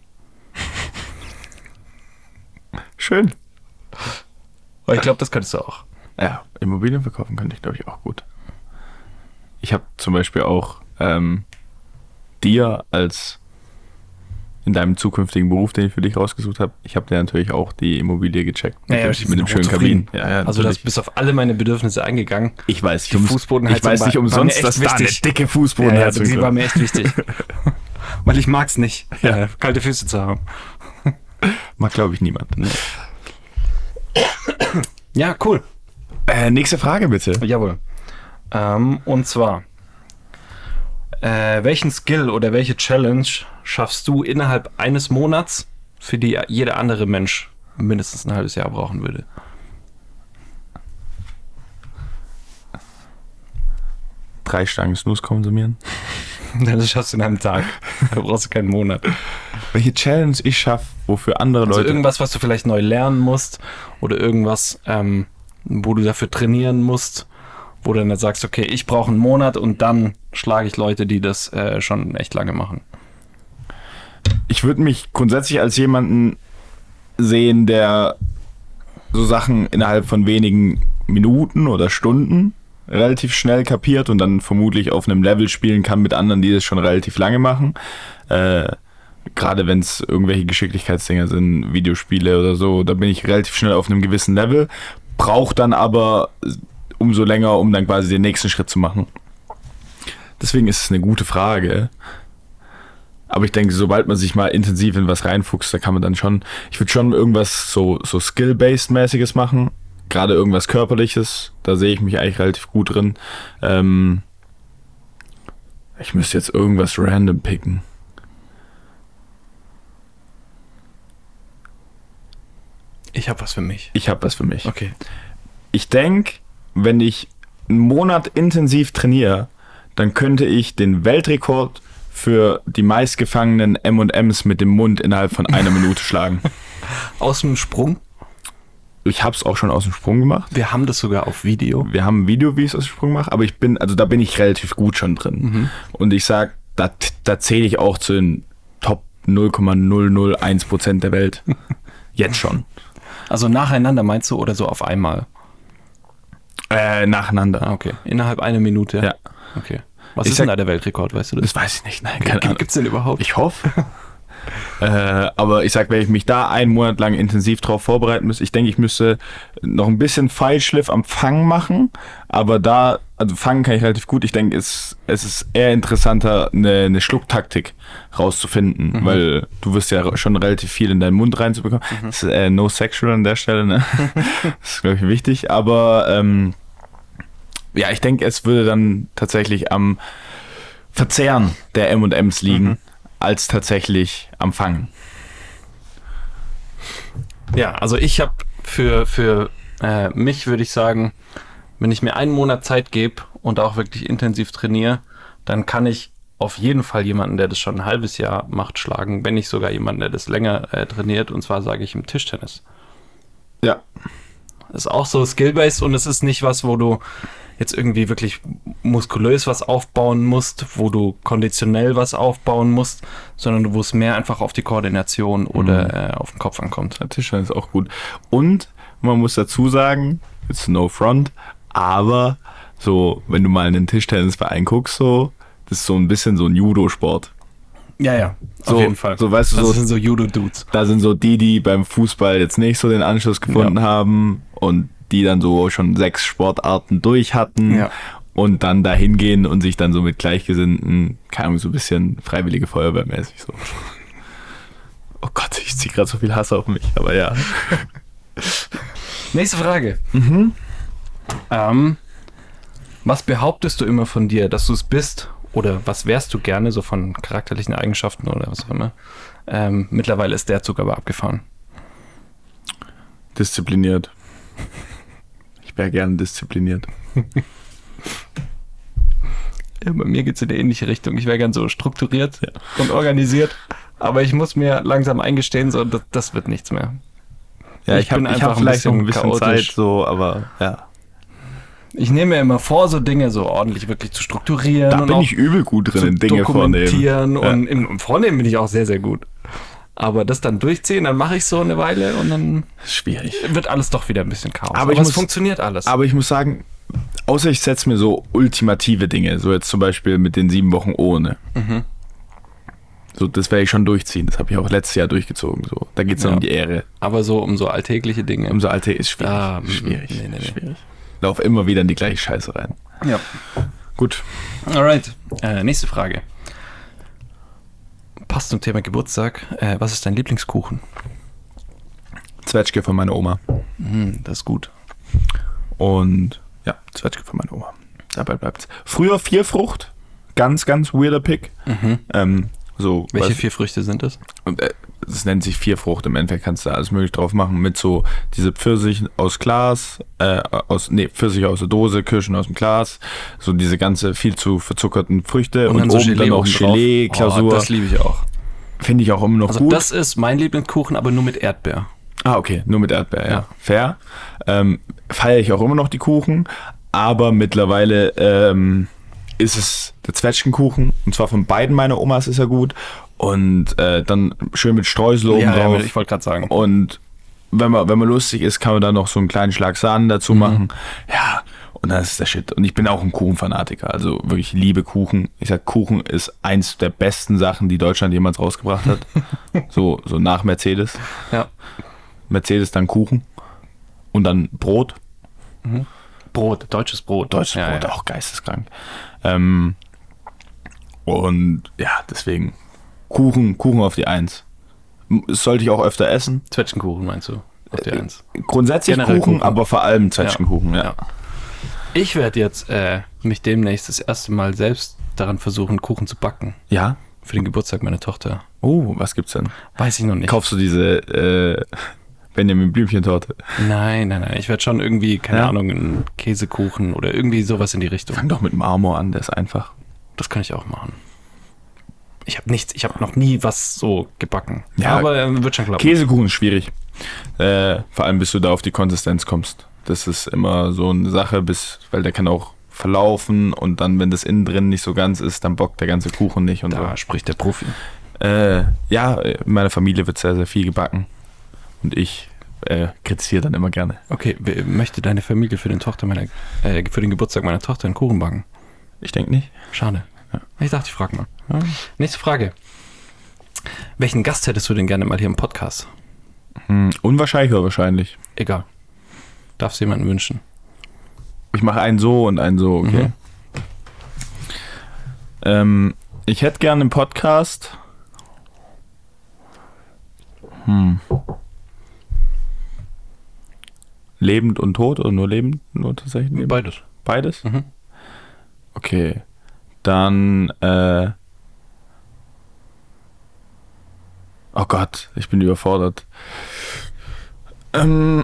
Schön. Aber ich glaube, das könntest du auch. Ja, Immobilien verkaufen könnte ich, glaube ich, auch gut. Ich habe zum Beispiel auch ähm, dir als in deinem zukünftigen Beruf, den ich für dich rausgesucht habe, ich habe dir natürlich auch die Immobilie gecheckt. Ja, ja, Natürlich ich mit bin dem schönen hochzufrieden. Kabinen. Ja, ja, Also das natürlich. bist auf alle meine Bedürfnisse eingegangen. Ich weiß die nicht, ums, Fußbodenheizung ich weiß nicht war- war mir umsonst, echt dass da eine wichtig. dicke Ja, ja, Fußbodenheizung die war kommt. mir echt wichtig. Weil ich mag's nicht, Ja. äh, kalte Füße zu haben. Mag, glaube ich, niemand. Ja, cool. Äh, nächste Frage bitte. Jawohl. Ähm, und zwar, äh, welchen Skill oder welche Challenge schaffst du innerhalb eines Monats, für die jeder andere Mensch mindestens ein halbes Jahr brauchen würde? Drei Stangen Snus konsumieren. Das schaffst du in einem Tag. Da brauchst du keinen Monat. Welche Challenge ich schaffe, wofür andere Also Leute... irgendwas, was du vielleicht neu lernen musst oder irgendwas, ähm, wo du dafür trainieren musst, wo du dann sagst, okay, ich brauche einen Monat und dann schlage ich Leute, die das äh, schon echt lange machen. Ich würde mich grundsätzlich als jemanden sehen, der so Sachen innerhalb von wenigen Minuten oder Stunden relativ schnell kapiert und dann vermutlich auf einem Level spielen kann mit anderen, die das schon relativ lange machen. Äh, gerade wenn es irgendwelche Geschicklichkeitsdinger sind, Videospiele oder so, da bin ich relativ schnell auf einem gewissen Level, brauche dann aber umso länger, um dann quasi den nächsten Schritt zu machen. Deswegen ist es eine gute Frage. Aber ich denke, sobald man sich mal intensiv in was reinfuchst, da kann man dann schon, ich würde schon irgendwas so, so Skill-Based-mäßiges machen. Gerade irgendwas Körperliches, da sehe ich mich eigentlich relativ gut drin. Ähm, ich müsste jetzt irgendwas random picken. Ich habe was für mich. Ich habe was für mich. Okay. Ich denke, wenn ich einen Monat intensiv trainiere, dann könnte ich den Weltrekord für die meistgefangenen M und M's mit dem Mund innerhalb von einer Minute schlagen. Aus dem Sprung? Ich habe es auch schon aus dem Sprung gemacht. Wir haben das sogar auf Video. Wir haben ein Video, wie ich es aus dem Sprung mache, aber ich bin, also da bin ich relativ gut schon drin. Mhm. Und ich sag, da, da zähle ich auch zu den Top null Komma null null eins Prozent der Welt. Jetzt schon. Also nacheinander meinst du oder so auf einmal? Äh, nacheinander. Ah, okay. Innerhalb einer Minute? Ja. Okay. Was Ich ist sag- denn da der Weltrekord, weißt du das? Das weiß ich nicht, nein, keine Ahnung. Gibt's den überhaupt? Ich hoffe. äh, aber ich sag, wenn ich mich da einen Monat lang intensiv drauf vorbereiten müsste, ich denke, ich müsste noch ein bisschen Feinschliff am Fangen machen, aber da, also Fangen kann ich relativ gut. Ich denke, es, es ist eher interessanter, eine, eine Schlucktaktik rauszufinden, Mhm. weil du wirst ja schon relativ viel in deinen Mund reinzubekommen. Mhm. Das ist äh, no sexual an der Stelle, ne? Das ist, glaube ich, wichtig, aber ähm, ja, ich denke, es würde dann tatsächlich am Verzehren der M und M's liegen, Mhm. als tatsächlich am Fangen. Ja, also ich habe für, für äh, mich würde ich sagen, wenn ich mir einen Monat Zeit gebe und auch wirklich intensiv trainiere, dann kann ich auf jeden Fall jemanden, der das schon ein halbes Jahr macht, schlagen, wenn nicht sogar jemanden, der das länger äh, trainiert, und zwar sage ich im Tischtennis. Ja. Das ist auch so skill-based und es ist nicht was, wo du jetzt irgendwie wirklich muskulös was aufbauen musst, wo du konditionell was aufbauen musst, sondern wo es mehr einfach auf die Koordination oder Mhm. äh, auf den Kopf ankommt. Der Tischtennis ist auch gut. Und man muss dazu sagen, it's no front, aber so, wenn du mal in den Tischtennisverein guckst, so, das ist so ein bisschen so ein Judo-Sport. Ja, ja, So, auf jeden Fall. so, weißt du, das so- sind so Judo-Dudes. Da sind so die, die beim Fußball jetzt nicht so den Anschluss gefunden Ja. haben und die dann so schon sechs Sportarten durch hatten Ja. und dann dahin gehen und sich dann so mit Gleichgesinnten, keine Ahnung, so ein bisschen freiwillige Feuerwehrmäßig so. Oh Gott, ich ziehe gerade so viel Hass auf mich, aber ja. Nächste Frage. Mhm. Ähm, was behauptest du immer von dir, dass du es bist? Oder was wärst du gerne, so von charakterlichen Eigenschaften oder was auch immer? Ähm, mittlerweile ist der Zug aber abgefahren. Diszipliniert. Ich wäre gerne diszipliniert. Ja, bei mir geht es in eine ähnliche Richtung. Ich wäre gern so strukturiert Ja. und organisiert. Aber ich muss mir langsam eingestehen, so, das, das wird nichts mehr. Ja, Ich ich, habe bin ich einfach hab ein vielleicht noch ein bisschen bisschen chaotisch. Zeit, so, aber ja. Ich nehme mir immer vor, so Dinge so ordentlich wirklich zu strukturieren. Da und bin auch ich übel gut drin, zu in Dinge vornehmen. dokumentieren. Ja. Und im, im Vornehmen bin ich auch sehr, sehr gut. Aber das dann durchziehen, dann mache ich so eine Weile und dann Schwierig. wird alles doch wieder ein bisschen Chaos. Aber ich es muss- funktioniert alles. Aber ich muss sagen, außer ich setze mir so ultimative Dinge, so jetzt zum Beispiel mit den sieben Wochen ohne. Mhm. So, das werde ich schon durchziehen. Das habe ich auch letztes Jahr durchgezogen. So, da geht es Ja. um die Ehre. Aber so um so alltägliche Dinge. Umso alte ist schwierig. Ah, mm, schwierig. nee, nee, nee. schwierig. Lauf immer wieder in die gleiche Scheiße rein. Ja. Gut. Alright. Äh, nächste Frage. Passt zum Thema Geburtstag. Äh, was ist dein Lieblingskuchen? Zwetschge von meiner Oma. Mhm, das ist gut. Und ja, Zwetschge von meiner Oma. Dabei bleibt's. Früher Vierfrucht. Ganz, ganz weirder Pick. Mhm. Ähm, So, Welche weißt, vier Früchte sind das? und, äh, das nennt sich Vierfrucht. Im Endeffekt kannst du da alles möglich drauf machen. Mit so diese Pfirsich aus Glas, äh, aus, nee, Pfirsich aus der Dose, Kirschen aus dem Glas. So diese ganze viel zu verzuckerten Früchte. Und, dann so oben dann noch obendrauf. Gelee, Oh, Glasur. das liebe ich auch. Finde ich auch immer noch Also gut. das ist mein Lieblingskuchen, aber nur mit Erdbeer. Ah, okay, nur mit Erdbeer, ja. Ja. Fair. Ähm, feiere ich auch immer noch die Kuchen, aber mittlerweile ähm, ist es der Zwetschgenkuchen, und zwar von beiden meiner Omas ist er gut, und äh, dann schön mit Streusel oben Ja, drauf. ja, ich wollte gerade sagen. Und wenn man, wenn man lustig ist, kann man da noch so einen kleinen Schlag Sahne dazu Mhm. machen. Ja, und das ist der Shit. Und ich bin auch ein Kuchenfanatiker, also wirklich liebe Kuchen. Ich sag, Kuchen ist eins der besten Sachen, die Deutschland jemals rausgebracht hat. so, so nach Mercedes. Ja. Mercedes, dann Kuchen und dann Brot. Brot, deutsches Brot. Deutsches ja, Brot, ja. auch geisteskrank. Ähm, und ja, deswegen Kuchen, Kuchen auf die Eins. M- Das sollte ich auch öfter essen. Zwetschgenkuchen meinst du? Auf die Eins. Grundsätzlich Generell Kuchen, Kuchen. aber vor allem Zwetschgenkuchen, ja. Ja. Ich werde jetzt äh, mich demnächst das erste Mal selbst daran versuchen, Kuchen zu backen. Ja? Für den Geburtstag meiner Tochter. Oh, was gibt's denn? Weiß ich noch nicht. Kaufst du diese äh, Benjamin Blümchen-Torte? Nein, nein, nein. Ich werde schon irgendwie, keine Ja? Ahnung, einen Käsekuchen oder irgendwie sowas in die Richtung. Fang doch mit Marmor an, der ist einfach. Das kann ich auch machen. Ich habe nichts, ich habe noch nie was so gebacken. Ja, aber äh, wird schon klappen. Käsekuchen ist schwierig. Äh, vor allem, bis du da auf die Konsistenz kommst. Das ist immer so eine Sache, bis, weil der kann auch verlaufen und dann, wenn das innen drin nicht so ganz ist, dann bockt der ganze Kuchen nicht und Da spricht der Profi. so. Äh, ja, in meiner Familie wird sehr, sehr viel gebacken. Und ich äh, kritisiere dann immer gerne. Okay, wer- möchte deine Familie für den Tochter meiner, äh, für den Geburtstag meiner Tochter einen Kuchen backen? Ich denke nicht. Schade. Ja. Ich dachte, ich frage mal. Ja. Nächste Frage. Welchen Gast hättest du denn gerne mal hier im Podcast? Hm, unwahrscheinlich oder wahrscheinlich. Egal. Darfst du jemanden wünschen? Ich mache einen so und einen so, okay. Mhm. Ähm, ich hätte gerne einen Podcast. Hm. Lebend und tot oder nur lebend? Nur tatsächlich lebend? Beides. Beides? Mhm. Okay. Dann, äh. Oh Gott, ich bin überfordert. Ähm.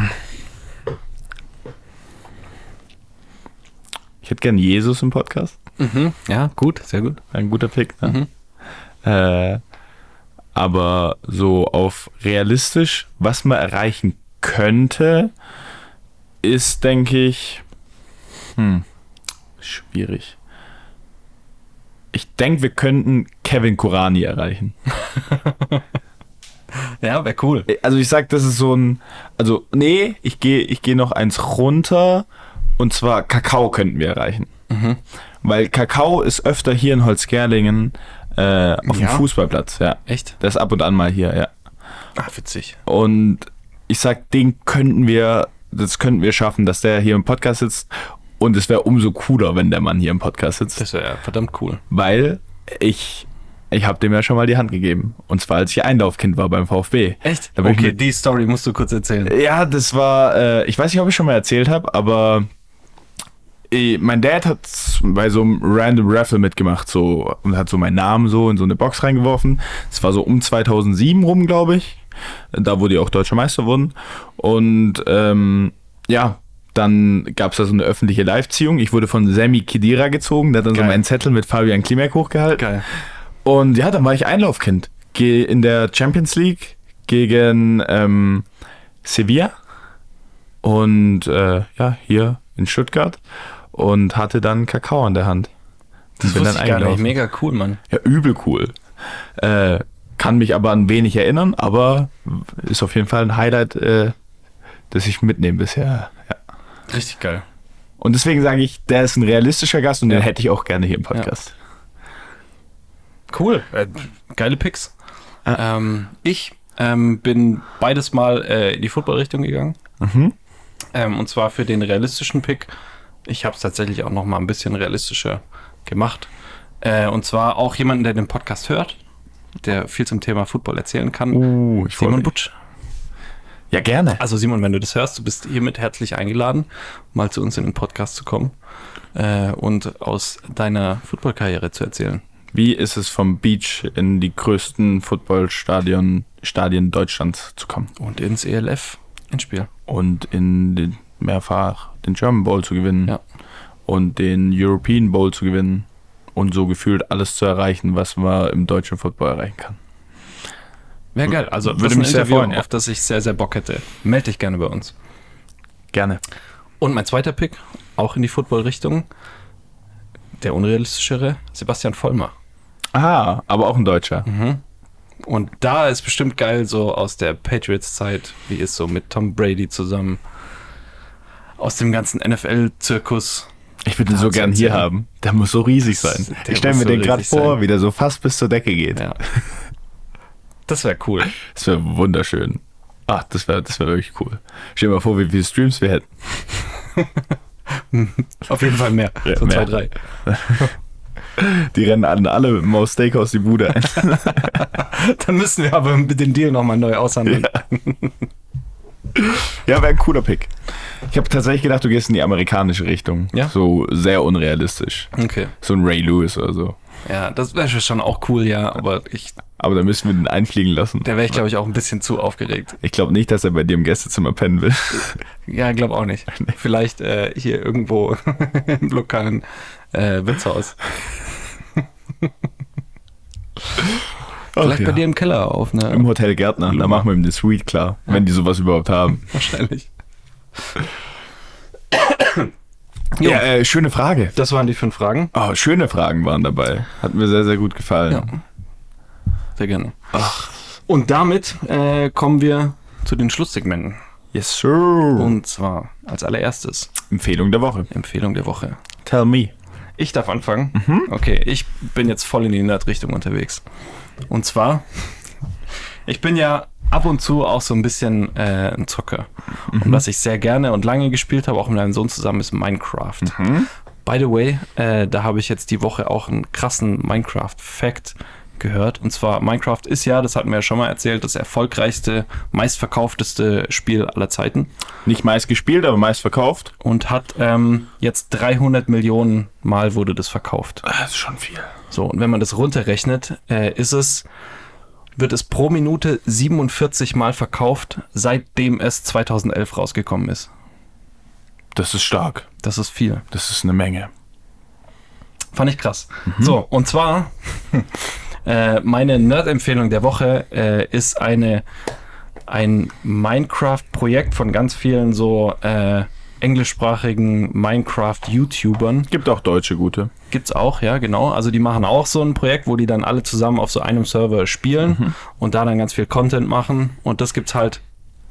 Ich hätte gern Jesus im Podcast. Mhm. Ja, gut, sehr gut. Ein guter Pick, ne? Mhm. Äh, aber so auf realistisch, was man erreichen könnte, ist, denke ich, hm, schwierig. Ich denke, wir könnten Kevin Kurani erreichen. Ja, wäre cool. Also ich sag, das ist so ein, also nee, ich gehe ich geh noch eins runter, und zwar Kakao könnten wir erreichen. Mhm. Weil Kakao ist öfter hier in Holzgerlingen äh, auf dem Ja? Fußballplatz, ja. Echt? Der ist ab und an mal hier, ja. Ah, witzig. Und ich sag, den könnten wir, das könnten wir schaffen, dass der hier im Podcast sitzt. Und es wäre umso cooler, wenn der Mann hier im Podcast sitzt. Das wäre verdammt cool. Weil ich, ich habe dem ja schon mal die Hand gegeben. Und zwar, als ich Einlaufkind war beim VfB. Echt? Da bin ich Okay, mit- die Story musst du kurz erzählen. Ja, das war, äh, ich weiß nicht, ob ich schon mal erzählt habe, aber äh, mein Dad hat bei so einem random Raffle mitgemacht so und hat so meinen Namen so in so eine Box reingeworfen. Das war so um zweitausendsieben rum, glaube ich. Da, wo die auch Deutscher Meister wurden. Und ähm, ja, dann gab es da so eine öffentliche Live-Ziehung. Ich wurde von Sammy Khedira gezogen. Der hat dann Geil. so meinen Zettel mit Fabian Klimek hochgehalten. Geil. Und ja, dann war ich Einlaufkind. Geh in der Champions League gegen ähm, Sevilla und äh, ja, hier in Stuttgart und hatte dann Kakao in der Hand. Das bin wusste dann ich gar nicht. eingelaufen. Mega cool, Mann. Ja, übel cool. Äh, kann mich aber an wenig erinnern, aber ist auf jeden Fall ein Highlight, äh, das ich mitnehme bisher. Ja. Richtig geil. Und deswegen sage ich, der ist ein realistischer Gast und Ja. den hätte ich auch gerne hier im Podcast. Cool. Äh, geile Picks. Ähm, ich ähm, bin beides Mal äh, in die Football-Richtung gegangen. Mhm. Ähm, und zwar für den realistischen Pick. Ich habe es tatsächlich auch noch mal ein bisschen realistischer gemacht. Äh, und zwar auch jemanden, der den Podcast hört, der viel zum Thema Football erzählen kann. Uh, ich Simon freue mich. Butsch. Ja, gerne. Also Simon, wenn du das hörst, du bist hiermit herzlich eingeladen, mal zu uns in den Podcast zu kommen äh, und aus deiner Football-Karriere zu erzählen. Wie ist es vom Beach in die größten Footballstadien Stadien Deutschlands zu kommen? Und ins E L F-Endspiel. Und in den mehrfach den German Bowl zu gewinnen. Ja. Und den European Bowl zu gewinnen. Und so gefühlt alles zu erreichen, was man im deutschen Football erreichen kann. Wäre geil. Also Würde das ist ein mich sehr Interview, freuen, ja. auf das ich sehr, sehr Bock hätte. Meld dich gerne bei uns. Gerne. Und mein zweiter Pick, auch in die Football-Richtung, der unrealistischere, Sebastian Vollmer. Ah, aber auch ein Deutscher. Mhm. Und da ist bestimmt geil, so aus der Patriots-Zeit, wie ist so mit Tom Brady zusammen, aus dem ganzen N F L-Zirkus. Ich würde ihn so gern hier haben. Der muss so riesig sein. Der Ich stelle muss mir so den gerade riesig vor, sein. wie der so fast bis zur Decke geht. Ja. Das wäre cool. Das wäre wunderschön. Ach, das wäre das wär wirklich cool. Stell dir mal vor, wie viele Streams wir hätten. Auf jeden Fall mehr. Ja, so mehr. zwei, drei. Die rennen an alle mit Maus Steakhouse die Bude ein. Dann müssen wir aber mit dem Deal nochmal neu aushandeln. Ja, wäre ein cooler Pick. Ich habe tatsächlich gedacht, du gehst in die amerikanische Richtung. Ja? So sehr unrealistisch. Okay. So ein Ray Lewis oder so. Ja, das wäre schon auch cool, ja, aber ich, Aber da müssen wir den einfliegen lassen. da wäre ich, glaube ich, auch ein bisschen zu aufgeregt. Ich glaube nicht, dass er bei dir im Gästezimmer pennen will. Ja, glaube auch nicht. Vielleicht äh, hier irgendwo im lokalen äh, Wirtshaus. Vielleicht Ach bei ja. dir im Keller auf, ne? Im Hotel Gärtner. Da machen wir ihm den Suite klar, wenn die sowas überhaupt haben. Wahrscheinlich. Jo, Ja, äh, schöne Frage. das waren die fünf Fragen. Oh, schöne Fragen waren dabei. Hat mir sehr, sehr gut gefallen. Ja. Sehr gerne. Und damit äh, kommen wir zu den Schlusssegmenten. Yes, sir. Und zwar als allererstes Empfehlung der Woche. Empfehlung der Woche. Tell me. Ich darf anfangen. Okay, ich bin jetzt voll in die Nerd-Richtung unterwegs. Und zwar, ich bin ja ab und zu auch so ein bisschen äh, ein Zocker. Und was ich sehr gerne und lange gespielt habe, auch mit meinem Sohn zusammen, ist Minecraft. By the way, äh, da habe ich jetzt die Woche auch einen krassen Minecraft-Fact gehört. Und zwar, Minecraft ist ja, das hatten wir ja schon mal erzählt, das erfolgreichste, meistverkaufteste Spiel aller Zeiten. Nicht meist gespielt, aber meist verkauft. Und hat ähm, jetzt dreihundert Millionen Mal wurde das verkauft. Das ist schon viel. So, und wenn man das runterrechnet, äh, ist es, wird es pro Minute siebenundvierzig Mal verkauft, seitdem es zweitausendelf rausgekommen ist. Das ist stark. Das ist viel. Das ist eine Menge. Fand ich krass. So, und zwar, äh, meine Nerd-Empfehlung der Woche äh, ist eine, ein Minecraft-Projekt von ganz vielen so äh, englischsprachigen Minecraft-YouTubern. Gibt auch deutsche gute. Gibt's auch, ja, genau. Also die machen auch so ein Projekt, wo die dann alle zusammen auf so einem Server spielen Mhm. und da dann ganz viel Content machen. Und das gibt's halt,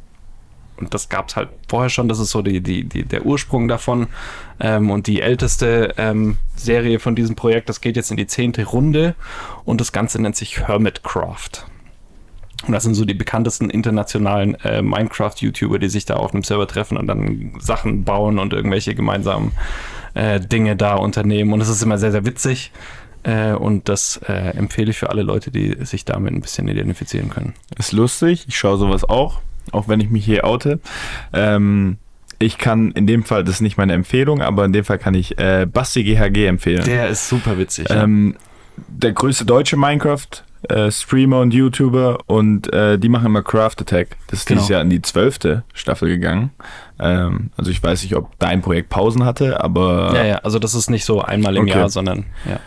und das gab's halt vorher schon, das ist so die, die, die, der Ursprung davon. Ähm, und die älteste ähm, Serie von diesem Projekt, das geht jetzt in die zehnte Runde und das Ganze nennt sich Hermitcraft. Und das sind so die bekanntesten internationalen äh, Minecraft-YouTuber, die sich da auf einem Server treffen und dann Sachen bauen und irgendwelche gemeinsamen äh, Dinge da unternehmen. Und das ist immer sehr, sehr witzig. Äh, und das äh, empfehle ich für alle Leute, die sich damit ein bisschen identifizieren können. Ist lustig. Ich schaue sowas auch, auch wenn ich mich hier oute. Ähm, ich kann in dem Fall, das ist nicht meine Empfehlung, aber in dem Fall kann ich äh, Basti G H G empfehlen. Der ist super witzig. Ähm, der größte deutsche Minecraft äh, Streamer und YouTuber und äh, die machen immer Craft Attack. Das ist Genau. dieses Jahr in die zwölfte Staffel gegangen. Ähm, also ich weiß nicht, ob dein Projekt Pausen hatte, aber ja, ja, also das ist nicht so einmal im Okay. Jahr, sondern ja.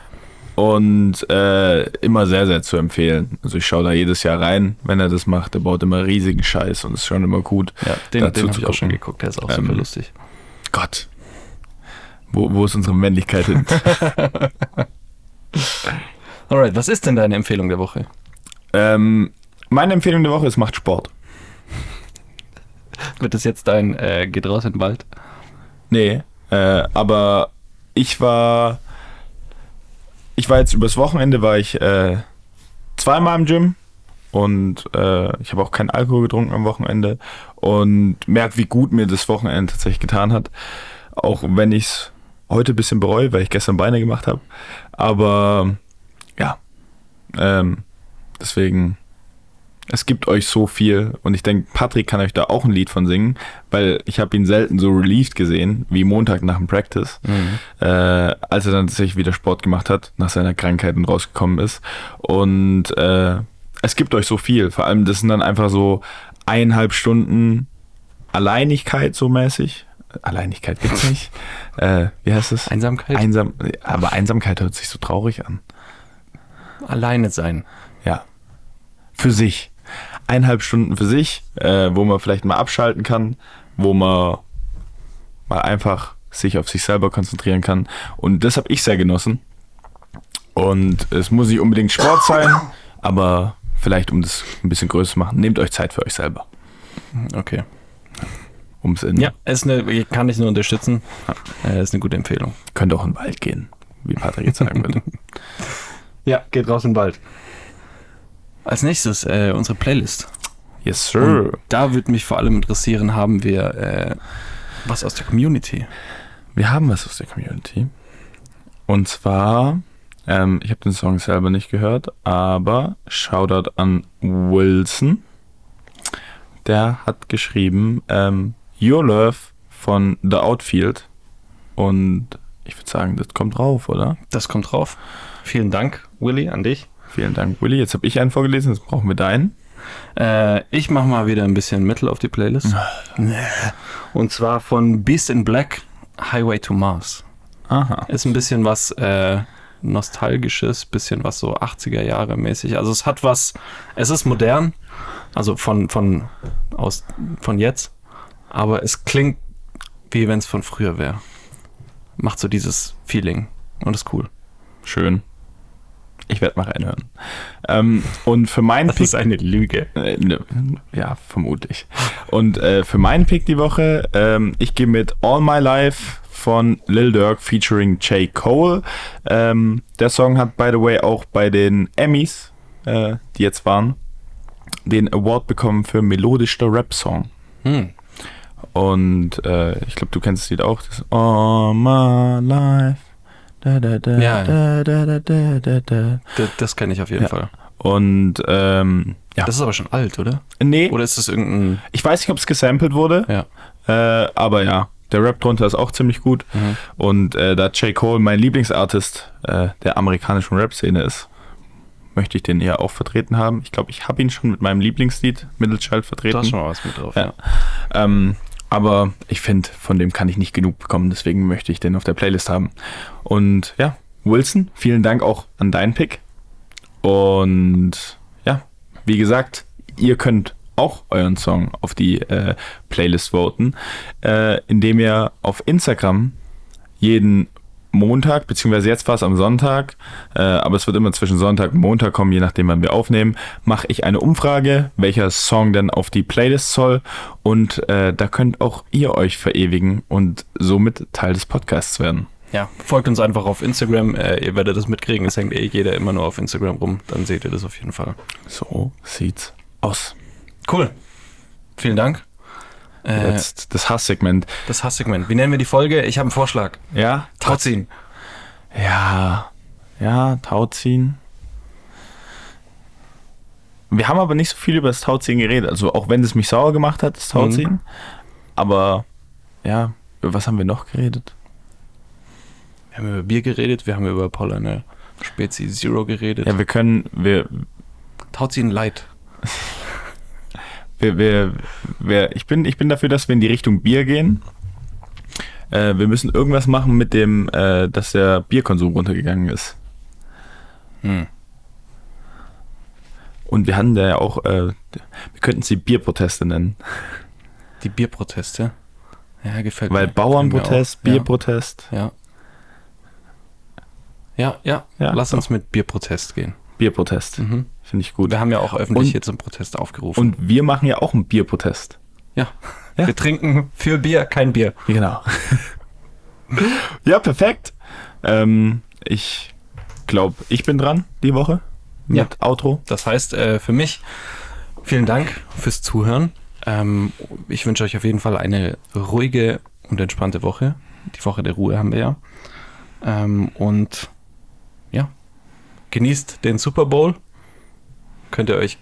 und äh, immer sehr, sehr zu empfehlen. Also ich schaue da jedes Jahr rein, wenn er das macht. Er baut immer riesigen Scheiß und ist schon immer gut. ja den dazu den habe zu ich auch schon gucken. geguckt, der ist auch Ähm, super lustig. Gott. Wo, wo ist unsere Männlichkeit hin? Alright, was ist denn deine Empfehlung der Woche? ähm, meine Empfehlung der Woche ist, macht Sport. Wird das jetzt dein äh, Geht raus in den Wald? Nee, äh, aber ich war, ich war jetzt übers Wochenende, war ich äh, zweimal im Gym und äh, ich habe auch keinen Alkohol getrunken am Wochenende und merke, wie gut mir das Wochenende tatsächlich getan hat. Auch wenn ich es heute ein bisschen bereue, weil ich gestern Beine gemacht habe. Aber ja, ähm, deswegen, Es gibt euch so viel und ich denke, Patrick kann euch da auch ein Lied von singen, weil ich habe ihn selten so relieved gesehen, wie Montag nach dem Practice, mhm. äh, als er dann tatsächlich wieder Sport gemacht hat, nach seiner Krankheit und rausgekommen ist. Und äh, es gibt euch so viel, vor allem das sind dann einfach so eineinhalb Stunden Alleinigkeit so mäßig. Alleinigkeit gibt's nicht. äh, wie heißt es? Einsamkeit? Einsam, aber Einsamkeit hört sich so traurig an. Alleine sein. Ja. Für sich. Eineinhalb Stunden für sich, äh, wo man vielleicht mal abschalten kann, wo man mal einfach sich auf sich selber konzentrieren kann. Und das habe ich sehr genossen. Und es muss nicht unbedingt Sport sein, aber vielleicht, um das ein bisschen größer zu machen, nehmt euch Zeit für euch selber. Okay. Um's in ja, ist eine, kann ich nur unterstützen. Äh, ist eine gute Empfehlung. Könnt auch in den Wald gehen, wie Patrick jetzt sagen würde. Ja, geht raus in den Wald. Als nächstes äh, unsere Playlist. Yes, sir. Und da würde mich vor allem interessieren, haben wir äh, was aus der Community? Wir haben was aus der Community. Und zwar, ähm, ich habe den Song selber nicht gehört, aber Shoutout an Wilson. Der hat geschrieben, ähm, Your Love von The Outfield. Und ich würde sagen, das kommt drauf, oder? Das kommt drauf. Vielen Dank, Willy, an dich. Vielen Dank, Willy. Jetzt habe ich einen vorgelesen, jetzt brauchen wir deinen. Äh, ich mache mal wieder ein bisschen Metal auf die Playlist. Und zwar von Beast in Black, Highway to Mars. Aha. Ist ein bisschen was äh, Nostalgisches, bisschen was so achtziger Jahre mäßig. Also es hat was, es ist modern, also von, von, aus, von jetzt, aber es klingt wie wenn es von früher wäre. Macht so dieses Feeling und ist cool. Schön. Ich werde mal reinhören. Ähm, und für meinen das Pick... ist eine Lüge. Äh, ne, ja, vermutlich. Und äh, für meinen Pick die Woche, ähm, ich gehe mit All My Life von Lil Durk featuring J. Cole. Ähm, der Song hat, by the way, auch bei den Emmys, äh, die jetzt waren, den Award bekommen für melodischster Rap-Song. Hm. Und äh, ich glaube, du kennst das Lied auch. Das All My Life. Da, da, da, ja, da, da, da, da, da, da. Das, das kenne ich auf jeden ja. Fall. Und ähm, ja. Das ist aber schon alt, oder? Nee. Oder ist das irgendein... Ich weiß nicht, ob es gesampelt wurde. Ja. Äh, aber ja, der Rap drunter ist auch ziemlich gut. Mhm. Und äh, da J. Cole mein Lieblingsartist äh, der amerikanischen Rap-Szene ist, möchte ich den eher auch vertreten haben. Ich glaube, ich habe ihn schon mit meinem Lieblingslied Middle Child vertreten. Da ist schon mal was mit drauf, ja. ja. Ähm, aber ich finde, von dem kann ich nicht genug bekommen, deswegen möchte ich den auf der Playlist haben. Und ja, Wilson, vielen Dank auch an deinen Pick. Und ja, wie gesagt, ihr könnt auch euren Song auf die äh, Playlist voten, äh, indem ihr auf Instagram jeden Montag, beziehungsweise jetzt war es am Sonntag, äh, aber es wird immer zwischen Sonntag und Montag kommen, je nachdem wann wir aufnehmen, mache ich eine Umfrage, welcher Song denn auf die Playlist soll, und äh, da könnt auch ihr euch verewigen und somit Teil des Podcasts werden. Ja, folgt uns einfach auf Instagram, äh, ihr werdet das mitkriegen, es hängt eh jeder immer nur auf Instagram rum, dann seht ihr das auf jeden Fall. So sieht's aus. Cool, vielen Dank. Äh, Jetzt das Hasssegment. Das Hasssegment. Wie nennen wir die Folge? Ich habe einen Vorschlag. Ja? Tauziehen. Ja. Ja, Tauziehen. Wir haben aber nicht so viel über das Tauziehen geredet. Also auch wenn es mich sauer gemacht hat, das Tauziehen. Mhm. Aber ja, über was haben wir noch geredet? Wir haben über Bier geredet, wir haben über Paulaner Spezi Zero geredet. Ja, wir können... wir Tauziehen Light. Wir, wir, wir, ich, bin, ich bin dafür, dass wir in die Richtung Bier gehen. Äh, wir müssen irgendwas machen mit dem, äh, dass der Bierkonsum runtergegangen ist. Hm. Und wir hatten da ja auch, äh, wir könnten sie Bierproteste nennen. Die Bierproteste? Ja, gefällt Weil mir. Weil Bauernprotest, mir Bierprotest. Ja. Ja, ja, ja. Lass uns mit Bierprotest gehen. Bierprotest. Mhm. Finde ich gut. Wir haben ja auch öffentlich und, hier zum Protest aufgerufen. Und wir machen ja auch einen Bierprotest. Ja. ja. Wir trinken für Bier kein Bier. Genau. Ja, perfekt. Ähm, ich glaube, ich bin dran die Woche mit ja. Outro. Das heißt, äh, für mich vielen Dank fürs Zuhören. Ähm, ich wünsche euch auf jeden Fall eine ruhige und entspannte Woche. Die Woche der Ruhe haben wir ja. Ähm, und ja, genießt den Super Bowl. Könnt ihr euch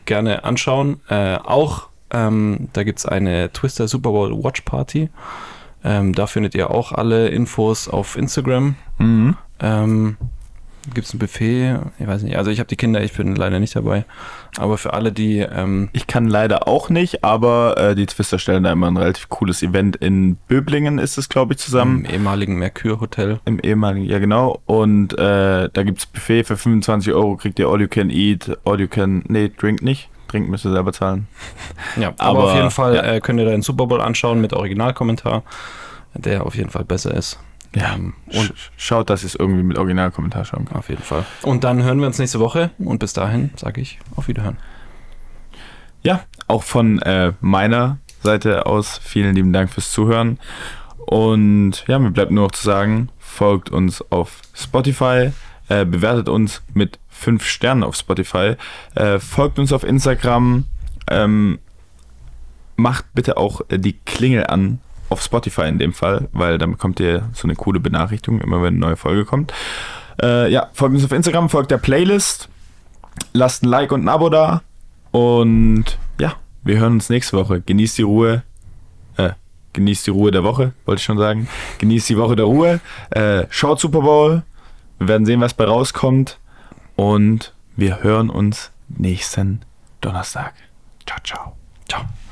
gerne anschauen. Äh, auch, ähm, da gibt es eine Twister Super Bowl Watch Party. Ähm, da findet ihr auch alle Infos auf Instagram. Mhm. Ähm, gibt es ein Buffet? Ich weiß nicht. Also ich habe die Kinder, ich bin leider nicht dabei. Aber für alle, die... Ähm, Ich kann leider auch nicht, aber äh, die Twister stellen da immer ein relativ cooles Event in Böblingen, ist es, glaube ich, zusammen. im ehemaligen Mercure Hotel. Im ehemaligen, ja genau. Und äh, da gibt es Buffet für fünfundzwanzig Euro, kriegt ihr All You Can Eat, All You Can... Nee, Drink nicht. Drink müsst ihr selber zahlen. Ja, aber, Aber, auf jeden Fall ja. äh, könnt ihr da den Super Bowl anschauen mit Originalkommentar, der auf jeden Fall besser ist. Ja, Ähm, und und schaut, dass ihr es irgendwie mit Originalkommentar schauen könnt. auf jeden Fall. Und dann hören wir uns nächste Woche und bis dahin sage ich auf Wiederhören. Ja, auch von äh, meiner Seite aus vielen lieben Dank fürs Zuhören. Und ja, mir bleibt nur noch zu sagen, folgt uns auf Spotify, äh, bewertet uns mit fünf Sternen auf Spotify, äh, folgt uns auf Instagram, ähm, macht bitte auch äh, die Klingel an auf Spotify in dem Fall, weil dann bekommt ihr so eine coole Benachrichtigung, immer wenn eine neue Folge kommt. Äh, ja, folgt uns auf Instagram, folgt der Playlist, lasst ein Like und ein Abo da und ja, wir hören uns nächste Woche. Genießt die Ruhe, äh, genießt die Ruhe der Woche, wollte ich schon sagen. Genießt die Woche der Ruhe, äh, schaut Super Bowl, wir werden sehen, was bei rauskommt und wir hören uns nächsten Donnerstag. Ciao, ciao. Ciao.